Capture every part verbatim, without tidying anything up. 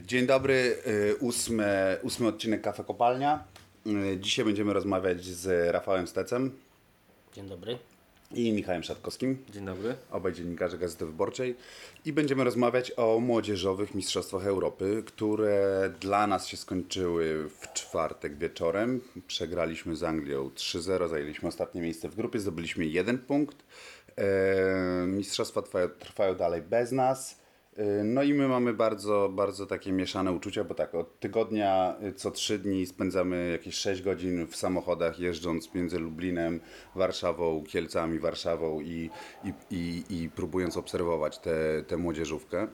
Dzień dobry, ósmy, ósmy odcinek Kafe Kopalnia. Dzisiaj będziemy rozmawiać z Rafałem Stecem. Dzień dobry. I Michałem Szatkowskim. Dzień dobry. Obaj dziennikarze Gazety Wyborczej. I będziemy rozmawiać o młodzieżowych Mistrzostwach Europy, które dla nas się skończyły w czwartek wieczorem. Przegraliśmy z Anglią trzy zero, zajęliśmy ostatnie miejsce w grupie, zdobyliśmy jeden punkt. Mistrzostwa trwają, trwają dalej bez nas. No i my mamy bardzo, bardzo takie mieszane uczucia, bo tak, od tygodnia co trzy dni spędzamy jakieś sześć godzin w samochodach jeżdżąc między Lublinem, Warszawą, Kielcami, Warszawą i, i, i, i próbując obserwować tę młodzieżówkę.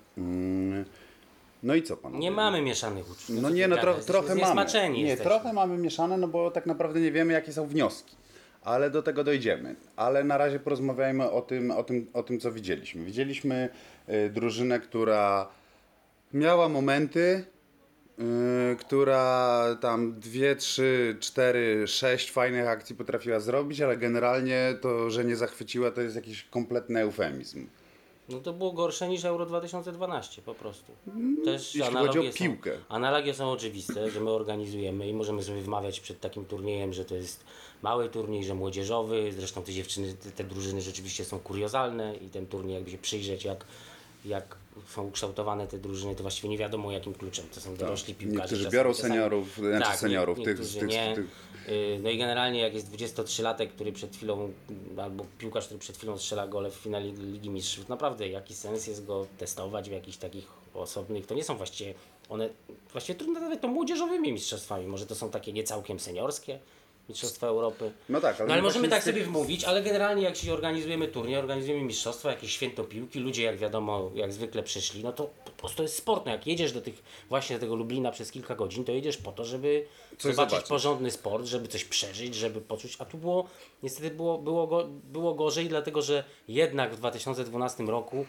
No i co pan? Nie mamy mieszanych uczuć. No nie, no tro, trochę mamy. Nie, jesteśmy. trochę mamy mieszane, no bo tak naprawdę nie wiemy, jakie są wnioski. Ale do tego dojdziemy. Ale na razie porozmawiajmy o tym, o tym, o tym co widzieliśmy. Widzieliśmy y, drużynę, która miała momenty, y, która tam dwie, trzy, cztery, sześć fajnych akcji potrafiła zrobić, ale generalnie to, że nie zachwyciła, to jest jakiś kompletny eufemizm. No to było gorsze niż Euro dwa tysiące dwanaście po prostu. Też Jeśli chodzi o analogie piłkę. Są, analogie są oczywiste, że my organizujemy i możemy sobie wmawiać przed takim turniejem, że to jest mały turniej, że młodzieżowy. Zresztą te dziewczyny, te, te drużyny rzeczywiście są kuriozalne i ten turniej, jakby się przyjrzeć, jak, jak są ukształtowane te drużyny, to właściwie nie wiadomo jakim kluczem. To są dorośli piłkarze. Niektórzy czasami, biorą czasami, seniorów, znaczy tak, seniorów, nie, tych, niektórzy tych, nie. tych... No i generalnie jak jest dwudziestotrzylatek, który przed chwilą, albo piłkarz, który przed chwilą strzela gole w finale Ligi Mistrzów, naprawdę jaki sens jest go testować w jakichś takich osobnych, to nie są właściwie, one właściwie trudno nawet to młodzieżowymi mistrzostwami, może to są takie nie całkiem seniorskie Mistrzostwa Europy. No tak, ale, no ale możemy tak z tych... sobie wmówić, ale generalnie jak się organizujemy turniej, organizujemy mistrzostwa, jakieś święto piłki, ludzie jak wiadomo, jak zwykle przyszli, no to po prostu jest sport. No jak jedziesz do tych, właśnie do tego Lublina przez kilka godzin, to jedziesz po to, żeby coś zobaczyć, zobaczyć porządny sport, żeby coś przeżyć, żeby poczuć, a tu było, niestety było, było, go, było gorzej, dlatego że jednak w dwa tysiące dwunastym roku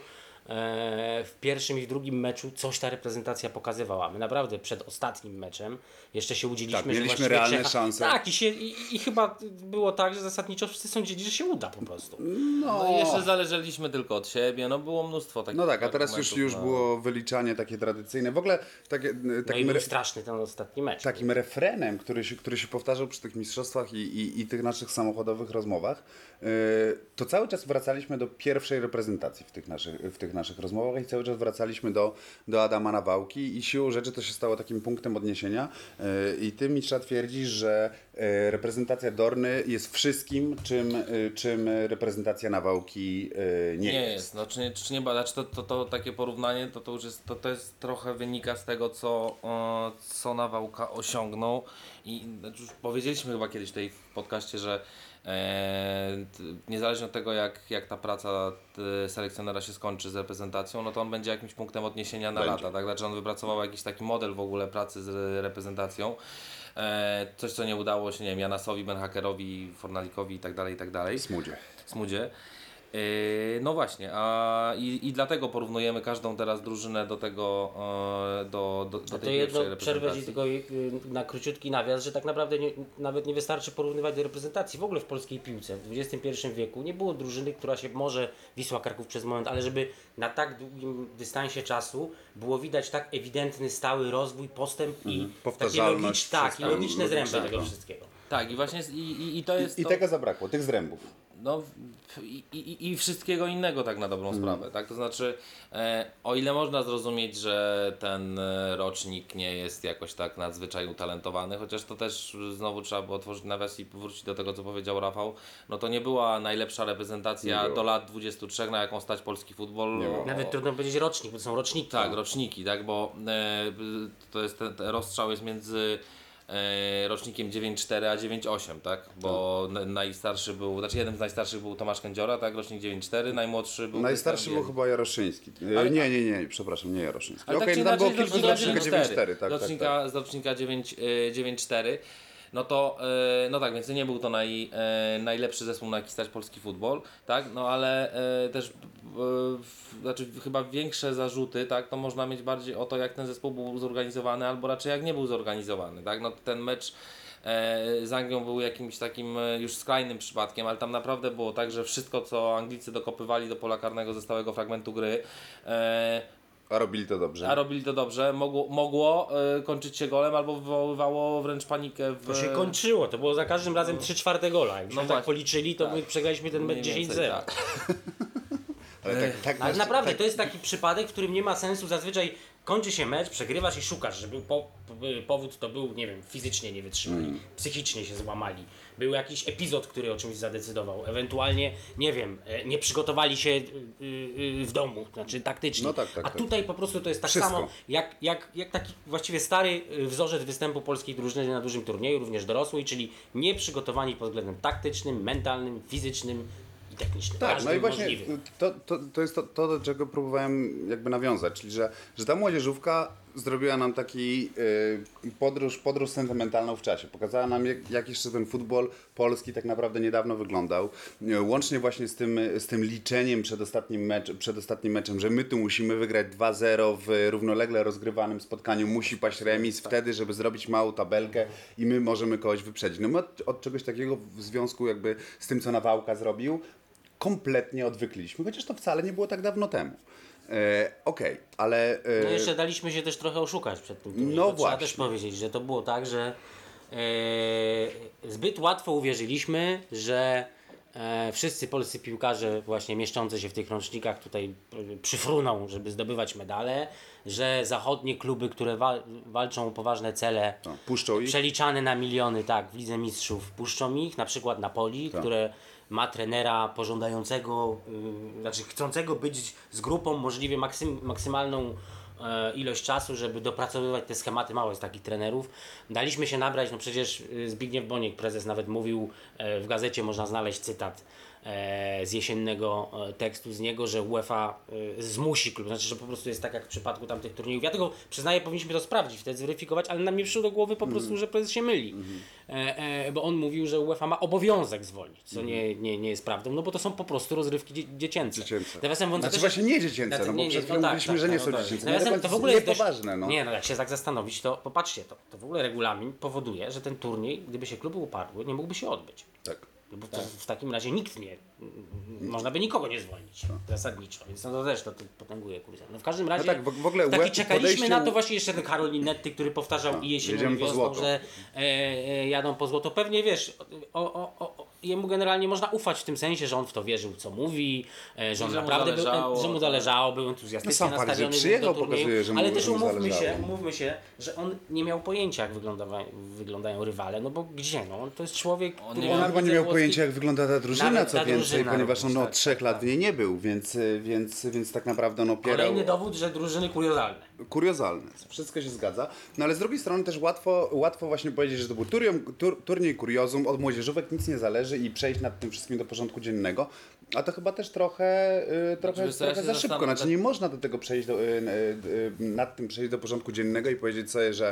w pierwszym i w drugim meczu coś ta reprezentacja pokazywała. My naprawdę przed ostatnim meczem jeszcze się udzieliśmy, tak, mieliśmy że realne Czecha... szanse. Tak, i, się, i, i chyba było tak, że zasadniczo wszyscy sądzili, że się uda po prostu. No, no i jeszcze zależeliśmy tylko od siebie, no było mnóstwo takich. No tak, a teraz już, już no. było wyliczanie takie tradycyjne. W ogóle takie, No takim, i był re... straszny ten ostatni mecz. takim refrenem, który się, który się powtarzał przy tych mistrzostwach i, i, i tych naszych samochodowych rozmowach, yy, to cały czas wracaliśmy do pierwszej reprezentacji w tych naszych, w tych naszych rozmowach i cały czas wracaliśmy do, do Adama Nawałki i siłą rzeczy to się stało takim punktem odniesienia yy, i ty, Mistrza, twierdzisz, że yy, reprezentacja Dorny jest wszystkim, czym, yy, czym reprezentacja Nawałki yy, nie, Nie jest. jest, no czy nie, czy nie badasz, to, to, to takie porównanie, to, to już jest, to, to jest trochę wynika z tego, co, o, co Nawałka osiągnął i znaczy już powiedzieliśmy chyba kiedyś tutaj w podcaście, że e, t, niezależnie od tego, jak, jak ta praca t, selekcjonera się skończy z reprezentacją, no to on będzie jakimś punktem odniesienia na Będzie. lata, tak? Znaczy on wypracował jakiś taki model w ogóle pracy z reprezentacją, e, coś co nie udało się, nie wiem, Janasowi, Benhakerowi, Fornalikowi i tak dalej, i tak dalej. Smudzie. Smudzie. Yy, no właśnie, a i, i dlatego porównujemy każdą teraz drużynę do tego, yy, do, do, do A to tej jedno pierwszej przerwę Ci reprezentacji. tylko y, na króciutki nawias, że tak naprawdę nie, nawet nie wystarczy porównywać do reprezentacji. W ogóle w polskiej piłce w dwudziestym pierwszym wieku nie było drużyny, która się może, Wisła Kraków przez moment, ale żeby na tak długim dystansie czasu było widać tak ewidentny, stały rozwój, postęp i takie Powtarzalność logicz, tak, i wszystkiego, logiczne zręby logiczne, tego no. wszystkiego. Tak, i właśnie i, i, i to jest I, I to, tego zabrakło, tych zrębów. no, i, i, i wszystkiego innego tak na dobrą Mm. sprawę, tak? To znaczy, e, o ile można zrozumieć, że ten e, rocznik nie jest jakoś tak nadzwyczaj utalentowany, chociaż to też znowu trzeba było otworzyć nawias i powrócić do tego, co powiedział Rafał, no to nie była najlepsza reprezentacja Nie było. do lat dwudziestu trzech, na jaką stać polski futbol. Nie było. O- Nawet trudno powiedzieć rocznik, bo to są roczniki. Tak, roczniki, tak, bo e, to jest ten, ten rozstrzał jest między e, rocznikiem dziewięć cztery a dziewięć osiem, tak? Bo na, najstarszy był, znaczy jeden z najstarszych był Tomasz Kędziora, tak, rocznik dziewięć cztery, najmłodszy był Najstarszy Krystian był Biel. chyba Jaroszyński. E, Ale- nie, nie, nie, przepraszam, nie Jaroszyński. Ale Okej, tak czy no tam było inaczej, kilku z z rocznika rocznika dziewięć cztery, tak, tak, rocznika, tak. z rocznika dziewięć cztery. No to, e, no tak, więc nie był to naj, e, najlepszy zespół, na jaki stać polski futbol, tak, no ale e, też, e, w, znaczy chyba większe zarzuty, tak, to można mieć bardziej o to, jak ten zespół był zorganizowany, albo raczej jak nie był zorganizowany, tak, no ten mecz e, z Anglią był jakimś takim e, już skrajnym przypadkiem, ale tam naprawdę było tak, że wszystko, co Anglicy dokopywali do pola karnego ze stałego fragmentu gry, e, A robili to dobrze. a robili to dobrze, mogło, mogło y, kończyć się golem albo wywoływało wręcz panikę w... To się kończyło, to było za każdym razem trzy czwarte gola. Jakbyśmy No tak właśnie. policzyli, to Tak. my przegraliśmy ten mecz Mniej dziesięć więcej, zero. tak. Ale tak, tak, Ale masz- naprawdę, tak, to jest taki przypadek, w którym nie ma sensu. Zazwyczaj kończy się mecz, przegrywasz i szukasz, że był po, powód to był, nie wiem, fizycznie nie wytrzymali, Mm. psychicznie się złamali. Był jakiś epizod, który o czymś zadecydował. Ewentualnie, nie wiem, e, nie przygotowali się y, y, w domu, znaczy taktycznie. No tak, tak, A tak. tutaj po prostu to jest tak Wszystko. samo, jak, jak, jak taki właściwie stary y, wzorzec występu polskiej drużyny na dużym turnieju, również dorosłej, czyli nieprzygotowani pod względem taktycznym, mentalnym, fizycznym i technicznym. Tak, no Każdym i właśnie możliwym. to, to, to jest to, to, do czego próbowałem jakby nawiązać, czyli że, że ta młodzieżówka zrobiła nam taki y, podróż, podróż sentymentalną w czasie. Pokazała nam, jak, jak jeszcze ten futbol polski tak naprawdę niedawno wyglądał. Y, Łącznie właśnie z tym, z tym liczeniem przed ostatnim, mecz, przed ostatnim meczem, że my tu musimy wygrać dwa zero w równolegle rozgrywanym spotkaniu, musi paść remis wtedy, żeby zrobić małą tabelkę i my możemy kogoś wyprzedzić. No my od, od czegoś takiego w związku jakby z tym, co Nawałka zrobił, kompletnie odwykliśmy, chociaż to wcale nie było tak dawno temu. E, Okej, ale... E, No jeszcze daliśmy się też trochę oszukać przed tym turniejem. No To trzeba właśnie. też powiedzieć, że to było tak, że e, zbyt łatwo uwierzyliśmy, że e, wszyscy polscy piłkarze właśnie mieszczący się w tych rącznikach tutaj e, przyfruną, żeby zdobywać medale, że zachodnie kluby, które wa- walczą o poważne cele, no, puszczą ich. przeliczane na miliony, tak, w Lidze Mistrzów, puszczą ich, na przykład Napoli, Tak. które ma trenera pożądającego, yy, znaczy chcącego być z grupą możliwie maksym, maksymalną e, ilość czasu, żeby dopracowywać te schematy. Mało jest takich trenerów. Daliśmy się nabrać, no przecież y, Zbigniew Boniek, prezes, nawet mówił, e, w gazecie można znaleźć cytat e, z jesiennego e, tekstu z niego, że UEFA e, zmusi klub, znaczy, że po prostu jest tak jak w przypadku tamtych turniejów. Ja tego przyznaję, powinniśmy to sprawdzić, wtedy zweryfikować, ale nam nie przyszło do głowy po prostu, że prezes się myli. E, e, bo on mówił, że UEFA ma obowiązek zwolnić, co nie, nie, nie jest prawdą, no bo to są po prostu rozrywki dzie- dziecięce. Dziecięce. Nawiasem mówiąc, Znaczy też- właśnie nie dziecięce, Znaczy, no bo nie, nie, przed no chwilą tak, mówiliśmy, tak, że nie tak, są no tak. dziecięce. Nawiasem, Nie, to w ogóle jest dość- niepoważne, no. Nie, no jak się tak zastanowić, to popatrzcie to. To w ogóle regulamin powoduje, że ten turniej, gdyby się kluby uparły, nie mógłby się odbyć. Tak. Bo to w takim razie nikt nie, można by nikogo nie zwolnić zasadniczo, więc no to też to, to potęguje kurzem. No w każdym razie tak, w- w ogóle taki łeb- czekaliśmy podejście- na to właśnie jeszcze ten Karol Linetty, który powtarzał i jesienią jedziemy i po wiosną, złoto. że e, e, jadą po złoto. Pewnie wiesz, o, o, o, o, jemu generalnie można ufać w tym sensie, że on w to wierzył, co mówi, e, że on I że mu naprawdę zależało, był, że mu tak. zależało, był No entuzjastycznie sam fakt, że nastawiony przyjechał, do turnieju, pokazuje, że mu- ale też że mu umówmy się, zależało. umówmy się, że on nie miał pojęcia, jak wygląda, wyglądają rywale, no bo gdzie, no, to jest człowiek, On który nie On miał- chyba nie miał pojęcia, jak wygląda ta drużyna, Nawet co ta więcej, drużyna ponieważ on również, no, tak, trzech tak, lat tak. w niej nie był, więc, więc, więc tak naprawdę no, opierał... Kolejny dowód, że drużyny kuriozalne. kuriozalne. Wszystko się zgadza. No ale z drugiej strony też łatwo, łatwo właśnie powiedzieć, że to był turnium, tur, turniej kuriozum, od młodzieżówek nic nie zależy i przejść nad tym wszystkim do porządku dziennego. A to chyba też trochę, y, trochę, wiesz co, ja trochę się za szybko. zastanawiam- Znaczy nie można do tego przejść, do, y, y, y, nad tym przejść do porządku dziennego i powiedzieć sobie, że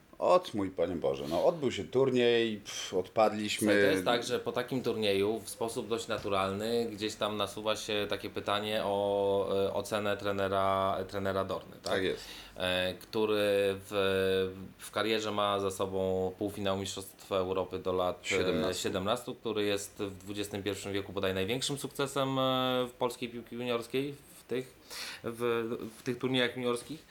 od mój Panie Boże, no odbył się turniej, pff, odpadliśmy. To jest tak, że po takim turnieju w sposób dość naturalny gdzieś tam nasuwa się takie pytanie o e, ocenę trenera, trenera Dorny, tak? Tak jest. E, który w, w karierze ma za sobą półfinał Mistrzostwa Europy do lat siedemnastu. siedemnastu, który jest w dwudziestym pierwszym wieku bodaj największym sukcesem e, w polskiej piłki juniorskiej w tych, w, w tych turniejach juniorskich.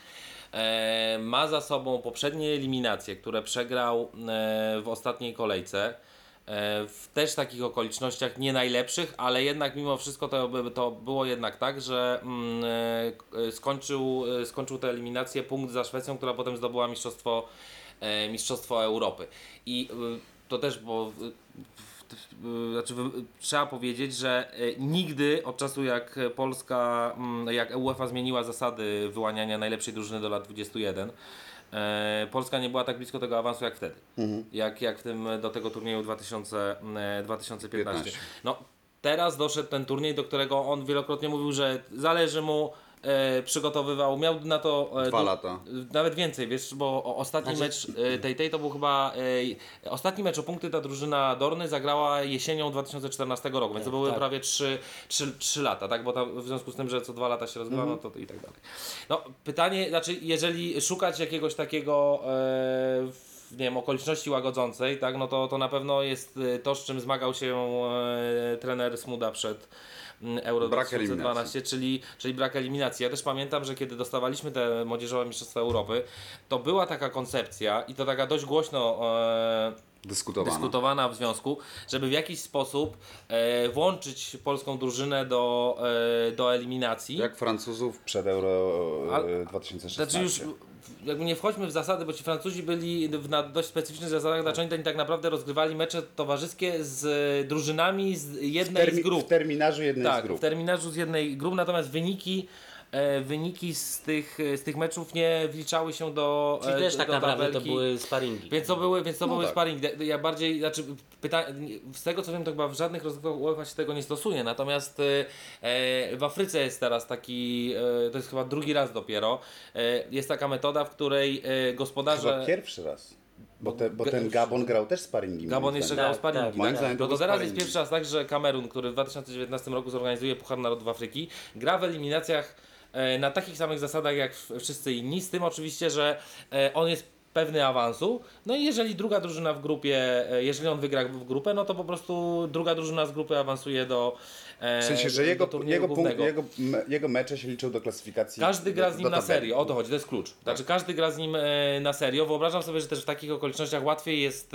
E, ma za sobą poprzednie eliminacje, które przegrał e, w ostatniej kolejce. E, w też takich okolicznościach nie najlepszych, ale jednak mimo wszystko to, by- to było jednak tak, że mm, e, skończył, e, skończył tę eliminację punkt za Szwecją, która potem zdobyła mistrzostwo, e, mistrzostwo Europy. I e, to też, bo w- w- znaczy, wy- trzeba powiedzieć, że e, nigdy od czasu jak Polska, mm, jak UEFA zmieniła zasady wyłaniania najlepszej drużyny do lat dwudziestu jeden, e, Polska nie była tak blisko tego awansu jak wtedy. Jak, jak w tym, do tego turnieju dwa tysiące, e, dwa tysiące piętnastego. piętnaście. No, teraz doszedł ten turniej, do którego on wielokrotnie mówił, że zależy mu, e, przygotowywał, miał na to e, Dwa du- lata. nawet więcej, wiesz, bo o- ostatni Znaczy- mecz e, tej tej to był chyba e, ostatni mecz o punkty ta drużyna Dorny zagrała jesienią dwa tysiące czternastego roku, więc to były tak. prawie trzy lata, tak? Bo tam w związku z tym, że co dwa lata się rozgrywa, no to i tak dalej. No pytanie, znaczy jeżeli szukać jakiegoś takiego e, w- nie wiem, okoliczności łagodzącej, tak, no to, to na pewno jest e, to, z czym zmagał się e, trener Smuda przed mm, Euro Brak dwa tysiące dwanaście, czyli, czyli brak eliminacji. Ja też pamiętam, że kiedy dostawaliśmy te młodzieżowe mistrzostwa Europy, to była taka koncepcja i to taka dość głośno e, Dyskutowana. dyskutowana w związku, żeby w jakiś sposób e, włączyć polską drużynę do, e, do eliminacji. Jak Francuzów przed Euro A- e, dwa tysiące szesnaście. Znaczy już jakby nie wchodźmy w zasady, bo ci Francuzi byli w, na dość specyficznych zasadach, znaczy oni tak naprawdę rozgrywali mecze towarzyskie z drużynami z jednej Termi- z grup. W terminarzu jednej Tak, z grup. w terminarzu z jednej grup, natomiast wyniki e, wyniki z tych, z tych meczów nie wliczały się do Czyli e, też tak do naprawdę to tabelki. były sparingi. Więc to były, więc to No były tak. sparing. Ja bardziej, znaczy pyta, z tego co wiem, to chyba w żadnych rozgrywkach UEFA się tego nie stosuje, natomiast e, w Afryce jest teraz taki, e, to jest chyba drugi raz dopiero, e, jest taka metoda, w której e, gospodarze... Chyba pierwszy raz. Bo, te, bo Ge- ten Gabon grał też sparingi. Gabon moim jeszcze zdaniem. grał Tak, sparingi. tak, Moim tak? zdaniem to No to był teraz sparingi. jest pierwszy raz tak, że Kamerun, który w dwa tysiące dziewiętnastym roku zorganizuje Puchar Narodów Afryki, gra w eliminacjach e, na takich samych zasadach jak w- wszyscy inni, z tym oczywiście, że e, on jest pewny awansu, no i jeżeli druga drużyna w grupie, e, jeżeli on wygra w grupę, no to po prostu druga drużyna z grupy awansuje do e, W sensie, że do jego, turnieju jego, punkt, głównego. jego, me- jego mecze się liczą do klasyfikacji. Każdy gra do- z nim do na tabeli. serio, o to chodzi, to jest klucz. Znaczy każdy gra z nim e, na serio. Wyobrażam sobie, że też w takich okolicznościach łatwiej jest e,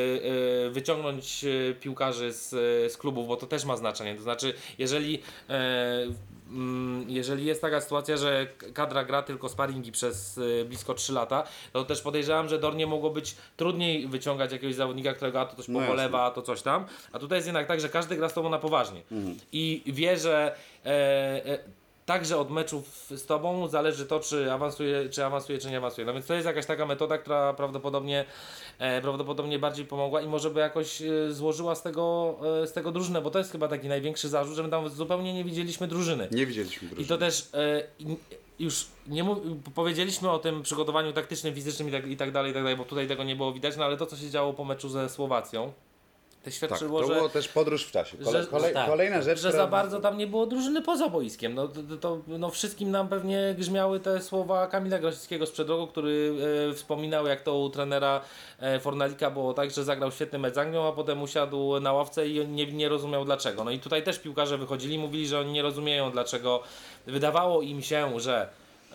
e, wyciągnąć e, piłkarzy z, e, z klubów, bo to też ma znaczenie. To znaczy, jeżeli, e, mm, jeżeli jest taka sytuacja, że k- kadra gra tylko sparingi przez e, blisko trzy lata, to też podejrzewam, że Dornie mogło być trudniej wyciągać jakiegoś zawodnika, którego a to coś No pobolewa, jasne. a to coś tam. A tutaj jest jednak tak, że każdy gra z tobą na poważnie. Mhm. I wie, że e, e, także od meczów z tobą zależy to, czy awansuje, czy awansuje, czy nie awansuje. No więc to jest jakaś taka metoda, która prawdopodobnie, e, prawdopodobnie bardziej pomogła i może by jakoś e, złożyła z tego, e, z tego drużynę, bo to jest chyba taki największy zarzut, że my tam zupełnie nie widzieliśmy drużyny. Nie widzieliśmy I drużyny. to też e, i- już nie mów, powiedzieliśmy o tym przygotowaniu taktycznym, fizycznym i tak, i tak dalej, i tak dalej, bo tutaj tego nie było widać, no ale to, co się działo po meczu ze Słowacją, to Tak, świadczyło, to że było też podróż w czasie. Kole, że- kolej, tak, kolejna rzecz, że która- za bardzo tam nie było drużyny poza boiskiem. No, to, to, no wszystkim nam pewnie grzmiały te słowa Kamila Grosickiego sprzed roku, który e, wspominał, jak to u trenera e, Fornalika było tak, że zagrał świetny mecz z Anglią, a potem usiadł na ławce i on nie, nie rozumiał dlaczego. No i tutaj też piłkarze wychodzili i mówili, że oni nie rozumieją dlaczego. Wydawało im się, że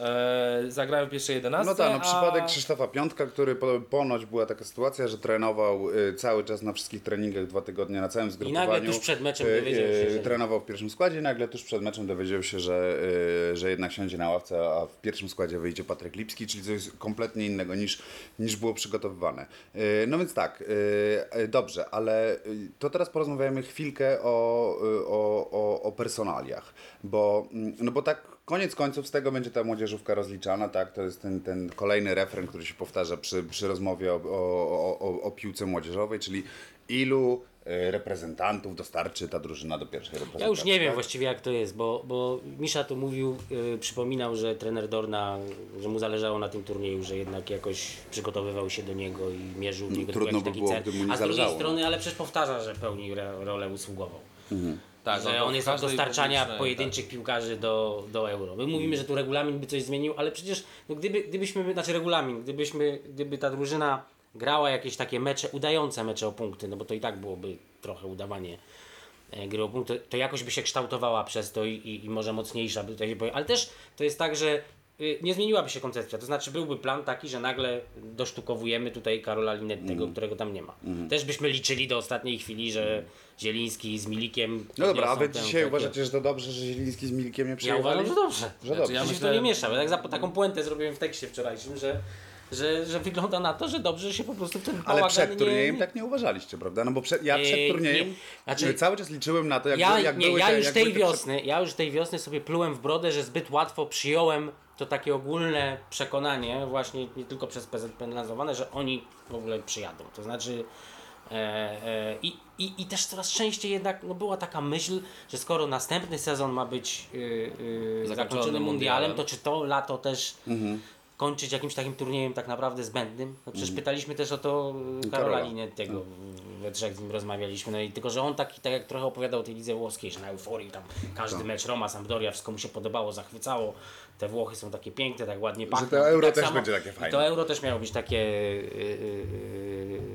e, zagrają w pierwszej jedenastce. No tak, no przypadek a... Krzysztofa Piątka, który po- ponoć była taka sytuacja, że trenował y, cały czas na wszystkich treningach dwa tygodnie, na całym zgrupowaniu. nagle tuż przed meczem y, dowiedział się, y, że- Trenował w pierwszym składzie, nagle tuż przed meczem dowiedział się, że, y, że jednak siądzie na ławce, a w pierwszym składzie wyjdzie Patryk Lipski, czyli coś kompletnie innego niż, niż było przygotowywane. Y, no więc tak, y, y, dobrze, ale y, to teraz porozmawiamy chwilkę o, y, o, o, o personaliach, bo, mm, no bo tak koniec końców z tego będzie ta młodzieżówka rozliczana, tak? To jest ten, ten kolejny refren, który się powtarza przy, przy rozmowie o, o, o, o piłce młodzieżowej, czyli ilu y, reprezentantów dostarczy ta drużyna do pierwszej reprezentacji. Ja już nie wiem tak? właściwie jak to jest, bo, bo Misza to mówił, yy, przypominał, że trener Dorna, że mu zależało na tym turnieju, że jednak jakoś przygotowywał się do niego i mierzył w niego trudno jakiś by taki było, cel. gdyby mu nie A z drugiej zależało. strony, ale przecież powtarza, że pełni re, rolę usługową. Tak, że no to on w jest od każdej dostarczania publicznej, pojedynczych piłkarzy do, do euro. My mówimy, że tu regulamin by coś zmienił, ale przecież no gdyby, gdybyśmy, znaczy regulamin, gdybyśmy, gdyby ta drużyna grała jakieś takie mecze, udające mecze o punkty, no bo to i tak byłoby trochę udawanie e, gry o punkty, to jakoś by się kształtowała przez to i, i, i może mocniejsza by tutaj się pojawiła. Ale też to jest tak, że y, nie zmieniłaby się koncepcja, to znaczy byłby plan taki, że nagle dosztukowujemy tutaj Karola Linettego, Mm. którego tam nie ma. Też byśmy liczyli do ostatniej chwili, że Zieliński z Milikiem No dobra, a wy podniosą tę- dzisiaj takie- uważacie, że to dobrze, że Zieliński z Milikiem nie Ja przyjechali? uważam, że dobrze. Że Znaczy, dobrze. ja Ja się myślę- to nie miesza. Ja tak za, taką puentę zrobiłem w tekście wczorajszym, że, że, że wygląda na to, że dobrze się po prostu w ten Ale bałagan przed nie- turniejem nie, tak nie uważaliście, prawda? No bo przed, ja przed Eee, turniejem nie. Znaczy- cały czas liczyłem na to, jak, Ja, by- jak nie, były ja te, już jak tej były te wiosny, ja już tej wiosny sobie plułem w brodę, że zbyt łatwo przyjąłem to takie ogólne przekonanie, właśnie nie tylko przez P Z P lansowane, że oni w ogóle przyjadą. To znaczy e, e, i, i, i też coraz częściej jednak no, była taka myśl, że skoro następny sezon ma być y, y, Zakończony zakończony mundialem, mundialem, to czy to lato też Mhm. kończyć jakimś takim turniejem tak naprawdę zbędnym? No przecież pytaliśmy też o to y, Karola. Karola Linettego, we trzech z nim rozmawialiśmy, no i tylko, że on taki, tak jak trochę opowiadał o tej lidze włoskiej, że na euforii tam każdy mecz Roma, Sampdoria, wszystko mu się podobało, zachwycało, te Włochy są takie piękne, tak ładnie pachną. to euro I tak też samo- będzie takie i fajne. to euro też miało być takie yy, yy,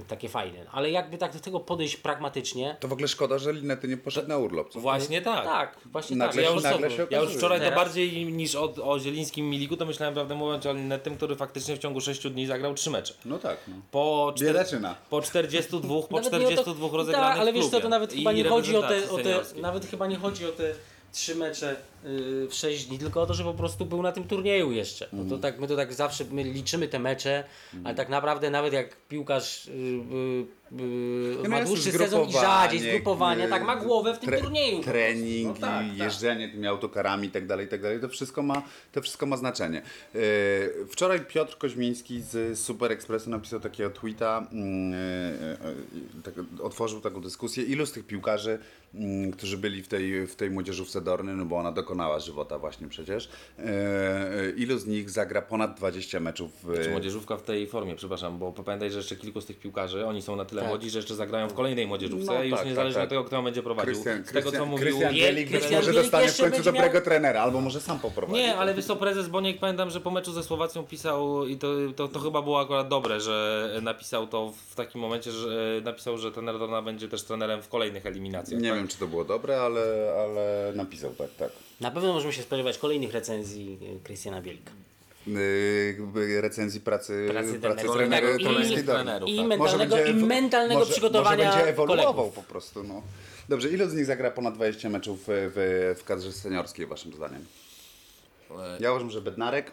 takie fajne. Ale jakby tak do tego podejść pragmatycznie, To w ogóle szkoda, że Linety nie poszedł na urlop. Co? Właśnie tak. tak, właśnie Nagle tak. się- Ja już, nagle się Ja już okazuje. wczoraj to Teraz? bardziej niż o, o Zielińskim Miliku, to myślałem, prawdę mówiąc, o Linetym, który faktycznie w ciągu sześciu dni zagrał trzy mecze. No tak. No. Po, czter... Biedaczyna. po czterdziestu dwóch, po Nawet nie o czterdziestu dwóch to, rozegranych tak, ale w wiesz co, klubie. to nawet I chyba nie chodzi o te, reprezentacji o te seniorskiej. nawet chyba nie chodzi o te trzy mecze yy, w sześć dni, tylko o to, że po prostu był na tym turnieju jeszcze. No to tak, my to tak zawsze, my liczymy te mecze, ale tak naprawdę nawet jak piłkarz yy, yy, yy, No ma jest dłuższy sezon i zgrupowanie, rzadziej zgrupowania, yy, tak ma głowę w tym tre- turnieju. po Trening, prostu. No tak, i tak. jeżdżenie tymi autokarami i tak dalej, i tak dalej. To wszystko ma, to wszystko ma znaczenie. Yy, wczoraj Piotr Koźmiński z Super Expressu napisał takiego tweeta, yy, yy, tak, otworzył taką dyskusję. Ilu z tych piłkarzy, yy, którzy byli w tej, w tej młodzieżówce Dorny, no bo ona dokonała żywota właśnie przecież, yy, ilu z nich zagra ponad dwadzieścia meczów w Czy młodzieżówka w tej formie, przepraszam, bo pamiętaj, że jeszcze kilku z tych piłkarzy, oni są na tyle Tak. młodzi, że jeszcze zagrają w kolejnej młodzieżówce, No już tak, niezależnie tak, od tego, kto ją będzie prowadził. Krystian, z tego, co Krystian, mówił... Krystian Je- Bielik być Krystian może Bielik dostanie w jeszcze końcu będzie dobrego miał- trenera, albo może sam poprowadzi. Nie, ale wiesz co, prezes Boniek, pamiętam, że po meczu ze Słowacją pisał i to, to, to chyba było akurat dobre, że napisał to w takim momencie, że napisał, że trener Dorna będzie też trenerem w kolejnych eliminacjach. Nie tak? wiem, czy to było dobre, ale, ale napisał tak, tak. Na pewno możemy się spodziewać kolejnych recenzji yy, Krystiana Bielika. Yy, recenzji pracy, Pracy pracy trenerów. trenera, Tak, i- trenerskiej Dorny. trenerów, I tak. mentalnego, będzie i ewo- mentalnego może, przygotowania może będzie ewoluował kolegów. po prostu. No. Dobrze, ilu z nich zagra ponad dwadzieścia meczów w, w, w kadrze seniorskiej, waszym zdaniem? Ja uważam, że Bednarek.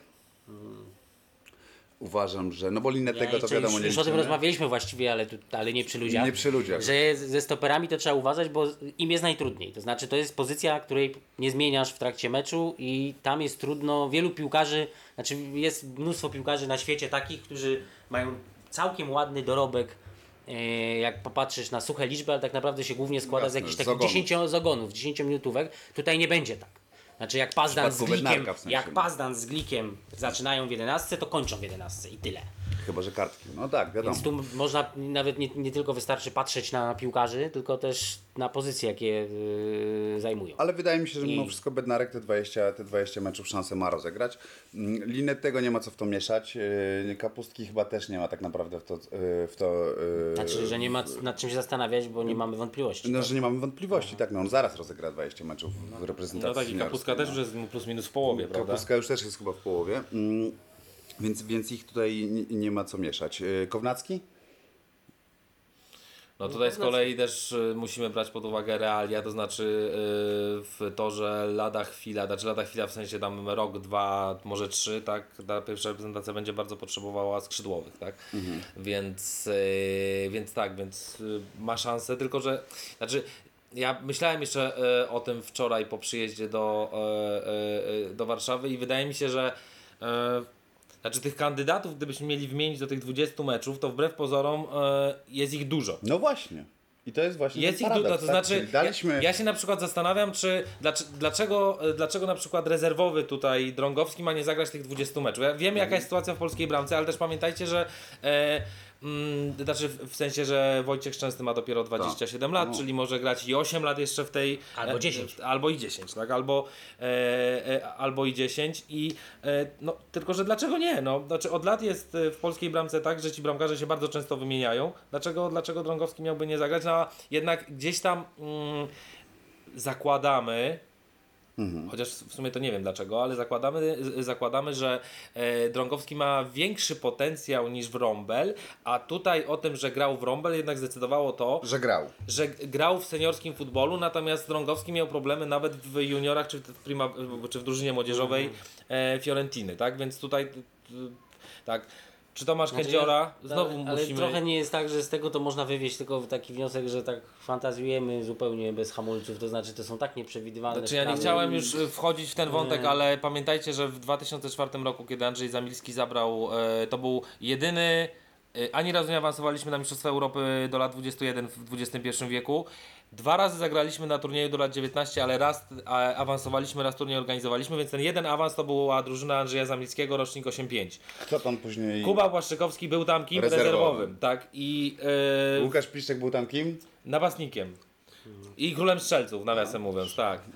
Uważam, że. No bo Linetego Ja to jeszcze wiadomo już, nie już o tym liczymy. rozmawialiśmy właściwie, ale, tu, ale nie przy ludziach. Nie przy ludziach. Że ze stoperami to trzeba uważać, bo im jest najtrudniej. To znaczy to jest pozycja, której nie zmieniasz w trakcie meczu i tam jest trudno. Wielu piłkarzy, znaczy jest mnóstwo piłkarzy na świecie takich, którzy mają całkiem ładny dorobek. e, Jak popatrzysz na suche liczby, ale tak naprawdę się głównie składa z Jasne, jakichś z takich ogonów. dziesięcio zogonów, dziesięciominutówek. Tutaj nie będzie tak. Znaczy jak Pazdan z przypadku Glikiem, Bednarka w sensie, jak no. Pazdan z Glikiem zaczynają w jedenastce, to kończą w jedenastce i tyle. Chyba, że kartki. No tak, wiadomo. Więc tu można nawet nie, nie tylko wystarczy patrzeć na piłkarzy, tylko też na pozycje, jakie yy, zajmują. Ale wydaje mi się, że mimo I- wszystko Bednarek te dwadzieścia, te dwadzieścia meczów szansę ma rozegrać. Mm, Linetego nie ma co w to mieszać. Yy, Kapustki chyba też nie ma tak naprawdę w to. Yy, w to yy, Znaczy, że nie ma nad czym się zastanawiać, bo nie mamy wątpliwości. No, że nie mamy wątpliwości, tak, no on zaraz rozegra dwadzieścia meczów w reprezentacji No tak, i seniorskiej, Kapustka też no. już jest plus minus w połowie, prawda? Kapustka już też jest chyba w połowie, mm, więc, więc ich tutaj nie, nie ma co mieszać. Yy, Kownacki? No tutaj z kolei też y, musimy brać pod uwagę realia, to znaczy y, w to, że lada chwila, znaczy lada chwila w sensie tam rok, dwa, może trzy, tak, ta pierwsza reprezentacja będzie bardzo potrzebowała skrzydłowych, tak, więc, y, więc tak, więc y, ma szansę, tylko że, znaczy ja myślałem jeszcze y, o tym wczoraj po przyjeździe do, y, y, y, do Warszawy i wydaje mi się, że y, znaczy tych kandydatów, gdybyśmy mieli wymienić do tych dwudziestu meczów, to wbrew pozorom e, jest ich dużo. No właśnie. I to jest właśnie Jest ten ich dużo, paradoks, to tak? znaczy Czyli daliśmy... ja, ja się na przykład zastanawiam, czy dlaczego, dlaczego, e, dlaczego na przykład rezerwowy tutaj Drągowski ma nie zagrać tych dwudziestu meczów. Ja wiem jaka jest sytuacja w polskiej bramce, ale też pamiętajcie, że e, mm, znaczy w, w sensie, że Wojciech Szczęsny ma dopiero dwadzieścia siedem lat, No. czyli może grać i osiem lat jeszcze w tej... Albo e, dziesięć. Albo i dziesięć, tak? Albo, e, e, albo i dziesięć i e, no tylko, że dlaczego nie? No, znaczy od lat jest e, w polskiej bramce tak, że ci bramkarze się bardzo często wymieniają. Dlaczego, dlaczego Drągowski miałby nie zagrać? No, a jednak gdzieś tam mm, zakładamy, chociaż w sumie to nie wiem dlaczego, ale zakładamy, z- zakładamy że e, Drągowski ma większy potencjał niż Wrąbel, a tutaj o tym, że grał Wrąbel jednak zdecydowało to, Że grał. że grał w seniorskim futbolu, natomiast Drągowski miał problemy nawet w juniorach czy w, prima, czy w drużynie młodzieżowej e, Fiorentiny, tak? Więc tutaj t- t- tak. Czy Tomasz Znaczy, Kędziora? Znowu ale, ale musimy... trochę nie jest tak, że z tego to można wywieźć tylko taki wniosek, że tak fantazjujemy zupełnie bez hamulców, to znaczy to są tak nieprzewidywalne Znaczy ja nie sprawy. chciałem już e, wchodzić w ten wątek, ale pamiętajcie, że w dwa tysiące czwartym roku, kiedy Andrzej Zamilski zabrał, e, to był jedyny, e, ani razu nie awansowaliśmy na Mistrzostwa Europy do lat dwudziestu jeden w dwudziestym pierwszym wieku. Dwa razy zagraliśmy na turnieju do lat dziewiętnastu, ale raz a, awansowaliśmy, raz turniej organizowaliśmy, więc ten jeden awans to była drużyna Andrzeja Zamilskiego, rocznik osiem pięć. Kto tam później... Kuba Błaszczykowski był tam kim? Rezerwowym. Rezerwowym, tak? I e, Łukasz Piszczek był tam kim? napastnikiem. I królem strzelców, nawiasem mówiąc, tak.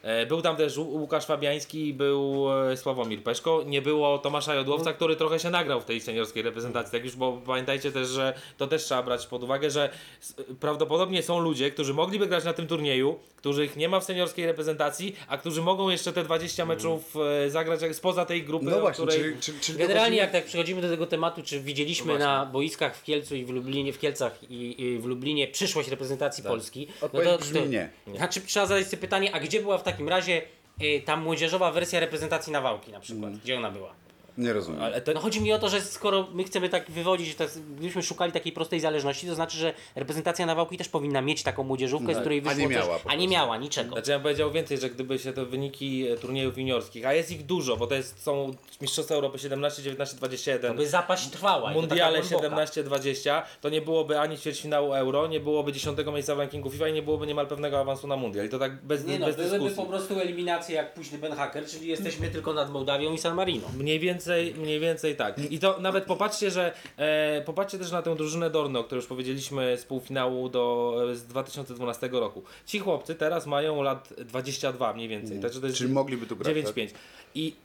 E, Był tam też Łu- Łukasz Fabiański, był e, Sławomir Peszko, nie było Tomasza Jodłowca, który trochę się nagrał w tej seniorskiej reprezentacji, tak już, bo pamiętajcie też, że to też trzeba brać pod uwagę, że s- prawdopodobnie są ludzie, którzy mogliby grać na tym turnieju, których nie ma w seniorskiej reprezentacji, a którzy mogą jeszcze te dwadzieścia meczów e, zagrać jak- spoza tej grupy, No o właśnie, której... czyli, czyli, czyli Generalnie dochodzi- jak tak przechodzimy do tego tematu, czy widzieliśmy No właśnie. na boiskach w Kielcu i w Lublinie, w Kielcach i, i w Lublinie przyszłość reprezentacji Polski? Tak. Odpowiedź brzmi nie. Znaczy trzeba zadać sobie pytanie, a gdzie była w takim razie y, ta młodzieżowa wersja reprezentacji Nawałki na przykład? Mhm. Gdzie ona była? Nie rozumiem. Ale to, No chodzi mi o to, że skoro my chcemy tak wywodzić, tak, gdybyśmy szukali takiej prostej zależności, to znaczy, że reprezentacja Nawałki też powinna mieć taką młodzieżówkę, z której Tak. A wyszło nie miała coś, po a nie prostu. miała niczego. Znaczy ja bym powiedział więcej, że gdyby się te wyniki e, turniejów juniorskich, a jest ich dużo, bo to jest, są Mistrzostwa Europy siedemnaście, dziewiętnaście, dwadzieścia jeden, To by zapaść trwała. i to Mundiale taka głęboka. siedemnaście dwadzieścia, to nie byłoby ani ćwierćfinału Euro, nie byłoby dziesiątego miejsca w rankingu FIFA i nie byłoby niemal pewnego awansu na Mundial. I to tak bez, Nie no, bez byłyby dyskusji. po prostu eliminacje jak późny Ben Hacker, czyli jesteśmy tylko nad Mołdawią i San Marino. Mniej więcej, mniej więcej tak. I to nawet popatrzcie, że e, popatrzcie też na tę drużynę Dorno, o której już powiedzieliśmy z półfinału do, e, z dwa tysiące dwunastego roku. Ci chłopcy teraz mają lat dwadzieścia dwa mniej więcej. Także to jest Czyli mogliby tu grać, dziewięć tak? pięć. I,